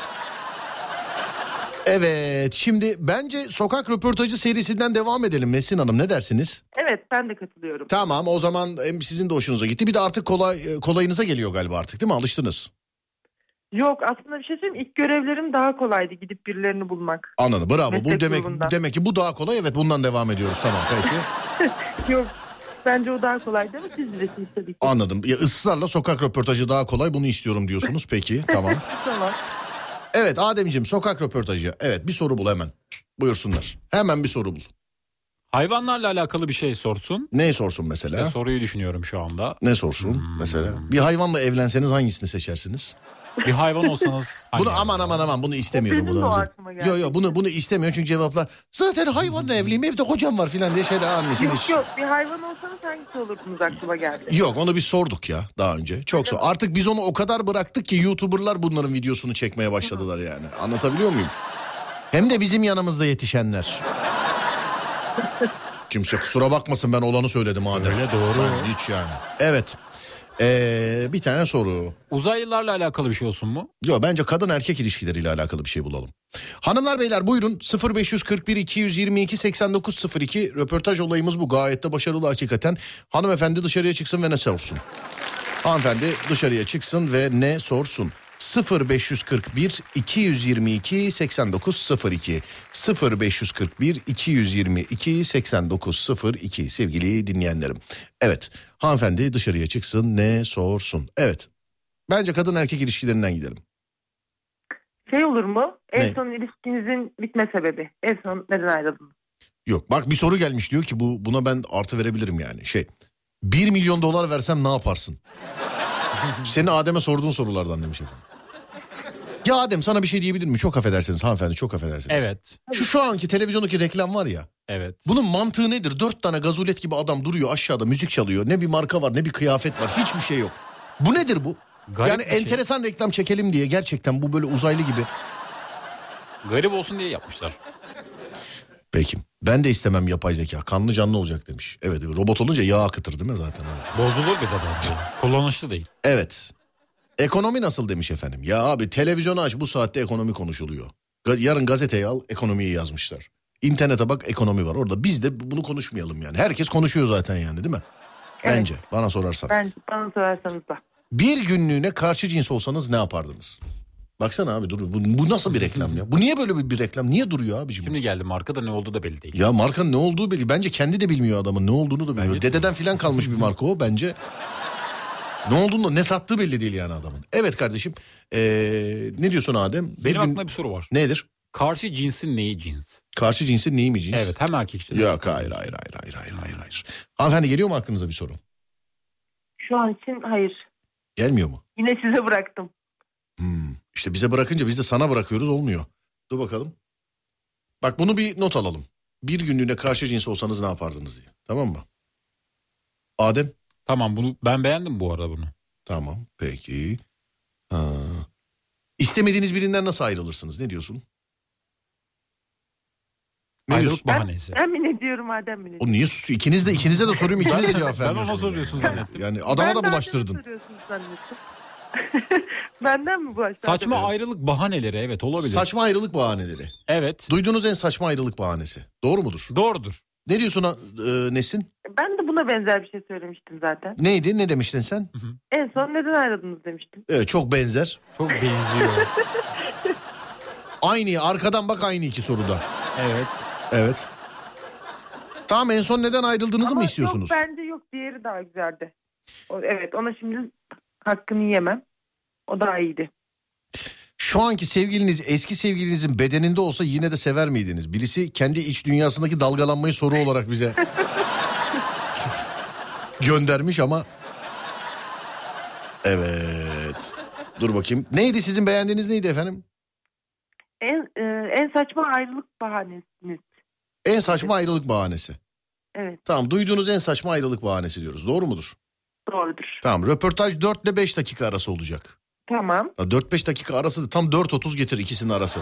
Evet, şimdi bence sokak röportajı serisinden devam edelim Nesin Hanım, ne dersiniz? Evet, ben de katılıyorum. Tamam, o zaman hem sizin de hoşunuza gitti, bir de artık kolay kolayınıza geliyor galiba artık, değil mi? Alıştınız. Yok, aslında bir şey söyleyeyim, ilk görevlerim daha kolaydı, gidip birilerini bulmak. Anladım, bravo. Meslek Bu demek grubundan. demek ki bu daha kolay, evet, bundan devam ediyoruz, tamam peki. Yok, bence o daha kolaydı ama siz bilirsiniz tabii ki. Anladım. Ya ısrarla sokak röportajı daha kolay, bunu istiyorum diyorsunuz, peki tamam. Tamam. Evet Ademciğim, sokak röportajı. Evet, bir soru bul hemen. Buyursunlar. Hemen bir soru bul. Hayvanlarla alakalı bir şey sorsun. Ne sorsun mesela? İşte soruyu düşünüyorum şu anda. Ne sorsun hmm. mesela? Bir hayvanla evlenseniz hangisini seçersiniz? Bir hayvan olsanız. Bunu aman aman aman bunu istemiyorum. Bunu yok yok bunu bunu istemiyorum çünkü cevaplar zaten hayvanla evliyim, evde kocam var filan diye şeyler anlayışın. Yok yok, bir hayvan olsanız hangisi olurdunuz aklıma geldi. Yok, onu biz sorduk ya daha önce. Çok sor. Artık biz onu o kadar bıraktık ki YouTuber'lar bunların videosunu çekmeye başladılar yani. Anlatabiliyor muyum? Hem de bizim yanımızda yetişenler. Kimse kusura bakmasın, ben olanı söyledim Adem. Öyle doğru. Ben hiç yani. Evet. Ee, bir tane soru. Uzaylılarla alakalı bir şey olsun mu? Yok, bence kadın erkek ilişkileriyle alakalı bir şey bulalım. Hanımlar beyler buyurun, sıfır beş kırk bir iki yüz yirmi iki seksen dokuz sıfır iki röportaj olayımız bu, gayet de başarılı hakikaten. Hanımefendi dışarıya çıksın ve ne sorsun? Hanımefendi dışarıya çıksın ve ne sorsun? sıfır beş kırk bir iki yüz yirmi iki seksen dokuz sıfır iki sıfır beş kırk bir iki yüz yirmi iki seksen dokuz sıfır iki sevgili dinleyenlerim. Evet, hanımefendi dışarıya çıksın, ne sorsun? Evet, bence kadın erkek ilişkilerinden gidelim. Şey olur mu? En Ne? son ilişkinizin bitme sebebi. En son neden ayrıldınız? Yok, bak bir soru gelmiş, diyor ki bu buna ben artı verebilirim yani. Şey, bir milyon dolar versem ne yaparsın? Senin Adem'e sorduğun sorulardan demiş efendim. Ya Adem, sana bir şey diyebilir miyim? Çok affedersiniz hanımefendi, çok affedersiniz. Evet. Şu şu anki televizyondaki reklam var ya. Evet. Bunun mantığı nedir? Dört tane gazulet gibi adam duruyor aşağıda, müzik çalıyor. Ne bir marka var, ne bir kıyafet var, hiçbir şey yok. Bu nedir bu? Garip yani bir şey. enteresan reklam çekelim diye, gerçekten bu böyle uzaylı gibi. Garip olsun diye yapmışlar. Peki. Ben de istemem yapay zeka. Kanlı canlı olacak demiş. Evet, robot olunca yağ akıtır değil mi zaten? Bozulur bir de bence. Kullanışlı değil. Evet. Ekonomi nasıl demiş efendim. Ya abi, televizyonu aç, bu saatte ekonomi konuşuluyor. Ga- Yarın gazeteyi al, ekonomiyi yazmışlar. İnternete bak, ekonomi var orada. Biz de bunu konuşmayalım yani. Herkes konuşuyor zaten yani, değil mi? Evet. Bence, bana sorarsan. Ben bana sorarsanız da. Bir günlüğüne karşı cins olsanız ne yapardınız? Baksana abi, dur. Bu, bu nasıl bir reklam ya? Bu niye böyle bir, bir reklam? Niye duruyor abiciğim? Şimdi geldi, markada ne olduğu da belli değil. Ya markanın ne olduğu belli. Bence kendi de bilmiyor adamın ne olduğunu da bilmiyor. Bence Dededen filan kalmış bir marka o bence. Ne olduğunu da, ne sattığı belli değil yani adamın. Evet kardeşim. Ee, ne diyorsun Adem? Benim Bir gün- aklımda bir soru var. Nedir? Karşı cinsin neyi cins? Karşı cinsin neyi mi cins? Evet, hem erkek için. Yok, hayır hayır hayır hayır hayır hayır hayır. Hanımefendi, geliyor mu aklınıza bir soru? Şu an için hayır. Gelmiyor mu? Yine size bıraktım. Hmm. İşte bize bırakınca biz de sana bırakıyoruz, olmuyor. Dur bakalım. Bak, bunu bir not alalım. Bir günlüğüne karşı cins olsanız ne yapardınız diye. Tamam mı? Adem? Tamam, bunu ben beğendim bu arada bunu. Tamam, peki. Ha. İstemediğiniz birinden nasıl ayrılırsınız? Ne diyorsun? Ne Ayrılık diyorsun? bahanesi. Ben mi ne diyorum Adem mi ne diyorum? O niye susuyor? İkiniz de, ikinize de soruyorum, ikiniz de cevap Ben vermiyorsunuz. ona soruyorsun yani. zannettim. Yani adama Ben da de bulaştırdın. Adem'e soruyorsunuz zannettim. Benden mi bulaştı? Saçma Adem? ayrılık bahaneleri, evet, olabilir. Saçma ayrılık bahaneleri. Evet. Duyduğunuz en saçma ayrılık bahanesi. Doğru mudur? Doğrudur. Ne diyorsun e, Nesin? Ben de buna benzer bir şey söylemiştim zaten. Neydi? Ne demiştin sen? En son neden ayrıldınız demiştim. Evet, çok benzer. Çok benziyor. Aynı, arkadan bak, aynı iki soruda. Evet. Evet. Tamam, en son neden ayrıldığınızı Ama mı istiyorsunuz? yok, bence yok, diğeri daha güzeldi. O, evet, ona şimdi hakkını yemem. O daha iyiydi. Şu anki sevgiliniz eski sevgilinizin bedeninde olsa yine de sever miydiniz? Birisi kendi iç dünyasındaki dalgalanmayı soru olarak bize göndermiş ama... Evet. Dur bakayım. Neydi sizin beğendiğiniz, neydi efendim? En e, en saçma ayrılık bahanesiniz. En saçma ayrılık bahanesi. Evet, Tamam, duyduğunuz en saçma ayrılık bahanesi diyoruz. Doğru mudur? doğrudur. Tamam, röportaj dört ile beş dakika arası olacak. Tamam. dört beş dakika arası, tam dört otuz getir ikisinin arası.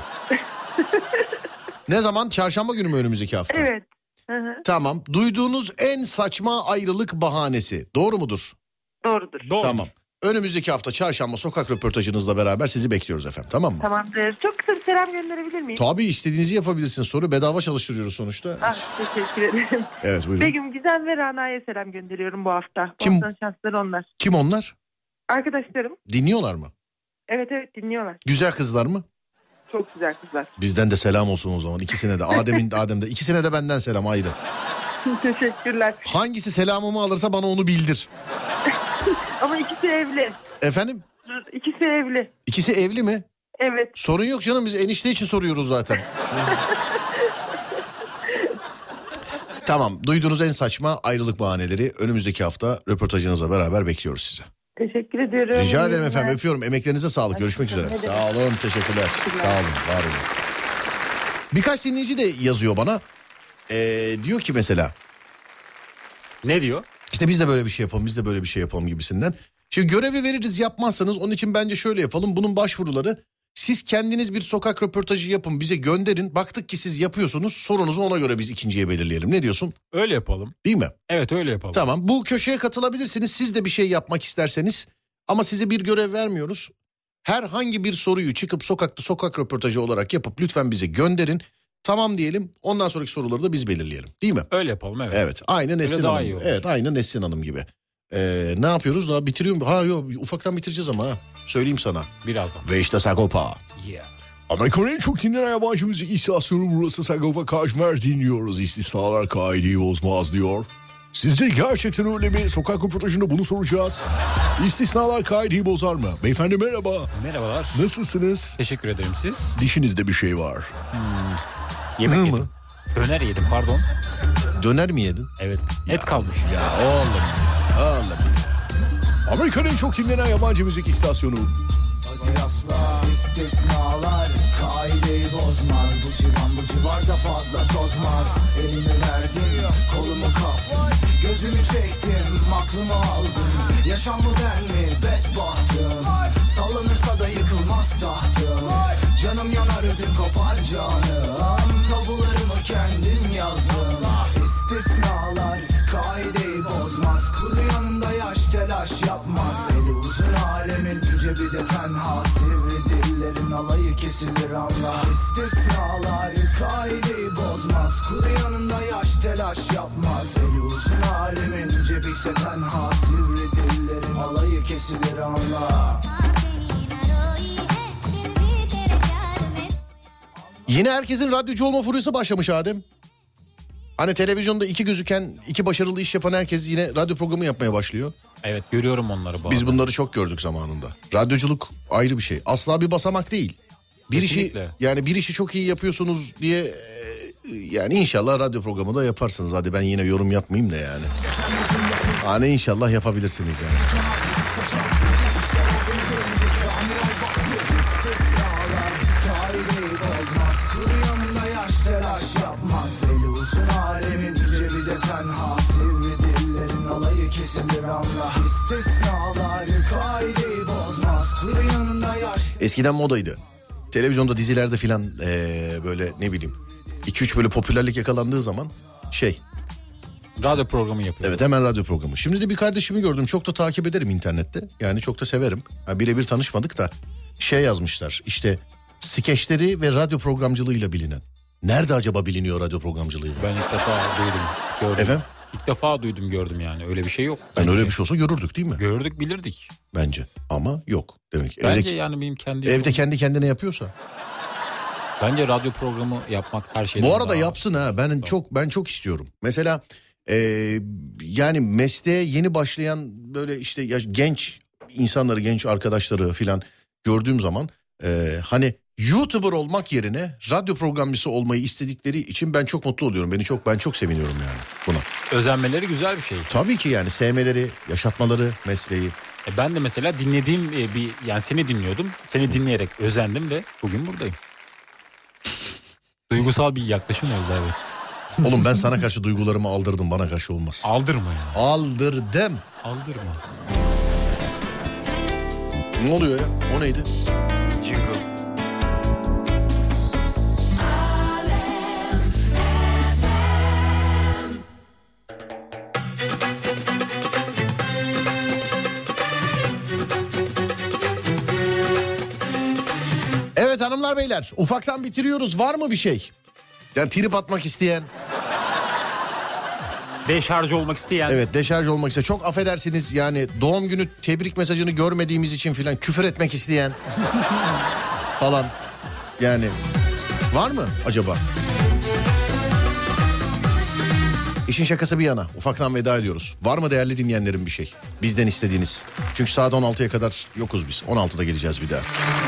Ne zaman? Çarşamba günü mü önümüzdeki hafta? Evet. Hı hı. Tamam. Duyduğunuz en saçma ayrılık bahanesi. Doğru mudur? Doğrudur. Doğrudur. Tamam. Önümüzdeki hafta çarşamba sokak röportajınızla beraber sizi bekliyoruz efendim. Tamam mı? Tamamdır. Çok kısa bir selam gönderebilir miyim? Tabii, istediğinizi yapabilirsiniz. Soru bedava çalıştırıyoruz sonuçta. Ah, teşekkür ederim. Evet, buyurun. Begüm, Gizem ve Rana'ya selam gönderiyorum bu hafta. Bu Kim? haftanın şansları onlar. Kim onlar? Arkadaşlarım. Dinliyorlar mı? Evet evet, dinliyorlar. Güzel kızlar mı? Çok güzel kızlar. Bizden de selam olsun o zaman. İkisine de. Adem'in Adem'de. İkisine de benden selam, ayrı. Teşekkürler. Hangisi selamımı alırsa bana onu bildir. Ama ikisi evli. Efendim? İkisi evli. İkisi evli mi? Evet. Sorun yok canım, biz enişte için soruyoruz zaten. Tamam, duyduğunuz en saçma ayrılık bahaneleri önümüzdeki hafta röportajınızla beraber bekliyoruz size. Teşekkür ediyorum. Rica ederim İyi efendim, günler. öpüyorum. Emeklerinize sağlık. Görüşmek üzere. Ne demek. Sağ olun, teşekkürler. Sağ olun, var olun. Birkaç dinleyici de yazıyor bana. Ee, diyor ki mesela... Ne diyor? İşte biz de böyle bir şey yapalım, biz de böyle bir şey yapalım gibisinden. Şimdi görevi veririz, yapmazsanız onun için bence şöyle yapalım. Bunun başvuruları, siz kendiniz bir sokak röportajı yapın, bize gönderin. Baktık ki siz yapıyorsunuz, sorunuzu ona göre biz ikinciye belirleyelim. Ne diyorsun? Öyle yapalım. Değil mi? Evet, öyle yapalım. Tamam, bu köşeye katılabilirsiniz. Siz de bir şey yapmak isterseniz, ama size bir görev vermiyoruz. Herhangi bir soruyu çıkıp sokakta sokak röportajı olarak yapıp lütfen bize gönderin. Tamam diyelim, ondan sonraki soruları da biz belirleyelim. Değil mi? Öyle yapalım, evet. Evet, aynı Nesrin daha Hanım. iyi olur. Evet, aynı Nesrin Hanım gibi. Ee, ne yapıyoruz daha, bitiriyor mu? Ha yok, ufaktan bitireceğiz ama ha. Söyleyeyim sana. Birazdan. Ve işte Sagopa. Yeah. Amerika'nın en çok dinlenen yabancı müzik istasyonu burası Sagopa Kajmer dinliyoruz. İstisnalar kaideyi bozmaz diyor. Sizce gerçekten öyle mi? Sokak röportajında bunu soracağız. İstisnalar kaideyi bozar mı? Beyefendi merhaba. Merhabalar. Nasılsınız? Teşekkür ederim, siz? Dişinizde bir şey var. Hmm. Yemek Hı yedim. mı? Döner yedim pardon. Döner mi yedin? Evet. Ya, et kalmış. Ya oğlum. Oğlum. Amerika'nın en çok dinlenen yabancı müzik istasyonu. Hadi asla istisnalar kaideyi bozmaz. Bu civan bu civarda fazla tozmaz. Elimi verdim kolumu kaptım, gözümü çektim aklımı aldım. Yaşam bu ben mi bedbahtım, sallanırsa da yıkılmaz tahtım. Canım yanar ödüm kopar canım, tabularımı kendim yazdım. İstisnalar kaideyi bozmaz. Kuru yanında yaş telaş yapmaz. Eli uzun alemin yüce bir de tenha. Sivri dillerin alayı kesilir anla. İstisnalar kaideyi bozmaz. Kuru yanında yaş telaş yapmaz. Eli uzun alemin yüce bir de tenha. Sivri dillerin alayı kesilir anla. Yine herkesin radyocu olma furyası başlamış Adem. Hani televizyonda iki gözüken, iki başarılı iş yapan herkes yine radyo programı yapmaya başlıyor. Evet, görüyorum onları bazen. Biz bunları çok gördük zamanında. Radyoculuk ayrı bir şey. Asla bir basamak değil. Bir Kesinlikle. işi yani bir işi çok iyi yapıyorsunuz diye e, yani inşallah radyo programı da yaparsınız. Hadi ben yine yorum yapmayayım da yani. Hani inşallah yapabilirsiniz yani. Eskiden modaydı. Televizyonda, dizilerde filan ee, böyle ne bileyim iki üç böyle popülerlik yakalandığı zaman şey. Radyo programı yapıyor. Evet, hemen radyo programı. Şimdi de bir kardeşimi gördüm. Çok da takip ederim internette. Yani çok da severim. Yani birebir tanışmadık da şey yazmışlar. İşte skeçleri ve radyo programcılığıyla bilinen. Nerede acaba biliniyor radyo programcılığı? Ben ilk defa duydum, gördüm. Efendim? İlk defa duydum, gördüm yani. Öyle bir şey yok. Yani öyle bir şey olsa görürdük değil mi? Görürdük, bilirdik. Bence. Ama yok demek. Bence Evde, yani benim kendi... Evde yolum. kendi kendine yapıyorsa. Bence radyo programı yapmak her şeyden Bu arada daha... yapsın ha. Ben tamam. çok ben çok istiyorum. Mesela e, yani mesleğe yeni başlayan böyle işte ya, genç insanları, genç arkadaşları filan gördüğüm zaman e, hani YouTuber olmak yerine radyo programcısı olmayı istedikleri için ben çok mutlu oluyorum. Beni çok ben çok seviniyorum yani buna. Özenmeleri güzel bir şey. Tabii ki yani sevmeleri, yaşatmaları mesleği. E ben de mesela dinlediğim bir yani seni dinliyordum. Seni dinleyerek özendim ve bugün buradayım. Duygusal bir yaklaşım oldu, evet. Oğlum ben sana karşı duygularımı aldırdım, bana karşı olmaz. Aldırma ya. Aldırdım. Aldırma. Ne oluyor ya? O neydi? Jingle. Evet hanımlar beyler, ufaktan bitiriyoruz. Var mı bir şey? Yani trip atmak isteyen. Deşarj olmak isteyen. Evet, deşarj olmak isteyen. Çok affedersiniz yani doğum günü tebrik mesajını görmediğimiz için filan küfür etmek isteyen. falan. Yani var mı acaba? İşin şakası bir yana ufaktan veda ediyoruz. Var mı değerli dinleyenlerim bir şey? Bizden istediğiniz. Çünkü saat on altıya kadar yokuz biz. on altıda geleceğiz bir daha.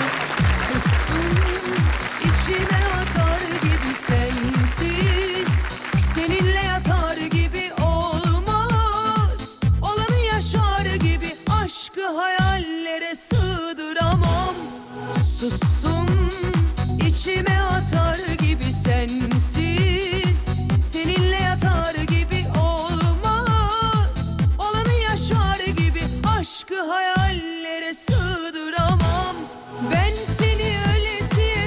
İçime atar gibi sensiz, seninle yatar gibi olmaz. Olanı yaşar gibi aşkı hayallere sığdıramam. Sustum, içime atar gibi sensiz, seninle yatar gibi olmaz. Olanı yaşar gibi aşkı hayallere sığdıramam. Ben seni öylesiye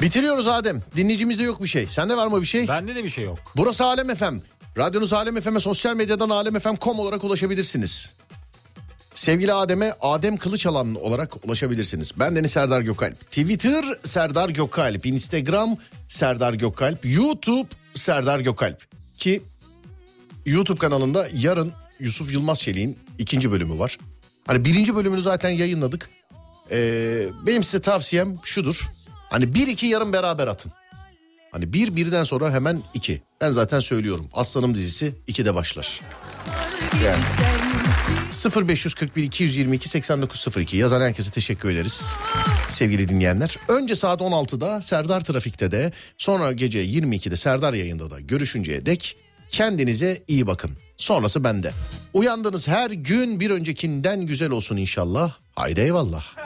Bitiriyoruz Adem. Dinleyicimizde yok bir şey. Sende var mı bir şey? Bende de bir şey yok. Burası Alem F M. Radyonuz Alem F M'e sosyal medyadan alemfm nokta com olarak ulaşabilirsiniz. Sevgili Adem'e Adem Kılıçalan olarak ulaşabilirsiniz. Ben Deniz Serdar Gökalp. Twitter Serdar Gökalp. Instagram Serdar Gökalp. YouTube Serdar Gökalp. Ki YouTube kanalında yarın Yusuf Yılmaz Çelik'in ikinci bölümü var. Hani birinci bölümünü zaten yayınladık. Ee, benim size tavsiyem şudur. Hani bir iki yarın beraber atın. Hani bir birden sonra hemen iki. Ben zaten söylüyorum. Aslanım dizisi ikide başlar. Yani. sıfır beş kırk bir iki yüz yirmi iki seksen dokuz sıfır iki yazan herkese teşekkür ederiz sevgili dinleyenler. Önce saat on altıda Serdar Trafik'te de, sonra gece yirmi ikide Serdar Yayında da görüşünceye dek kendinize iyi bakın. Sonrası bende. Uyandığınız her gün bir öncekinden güzel olsun inşallah. Haydi eyvallah.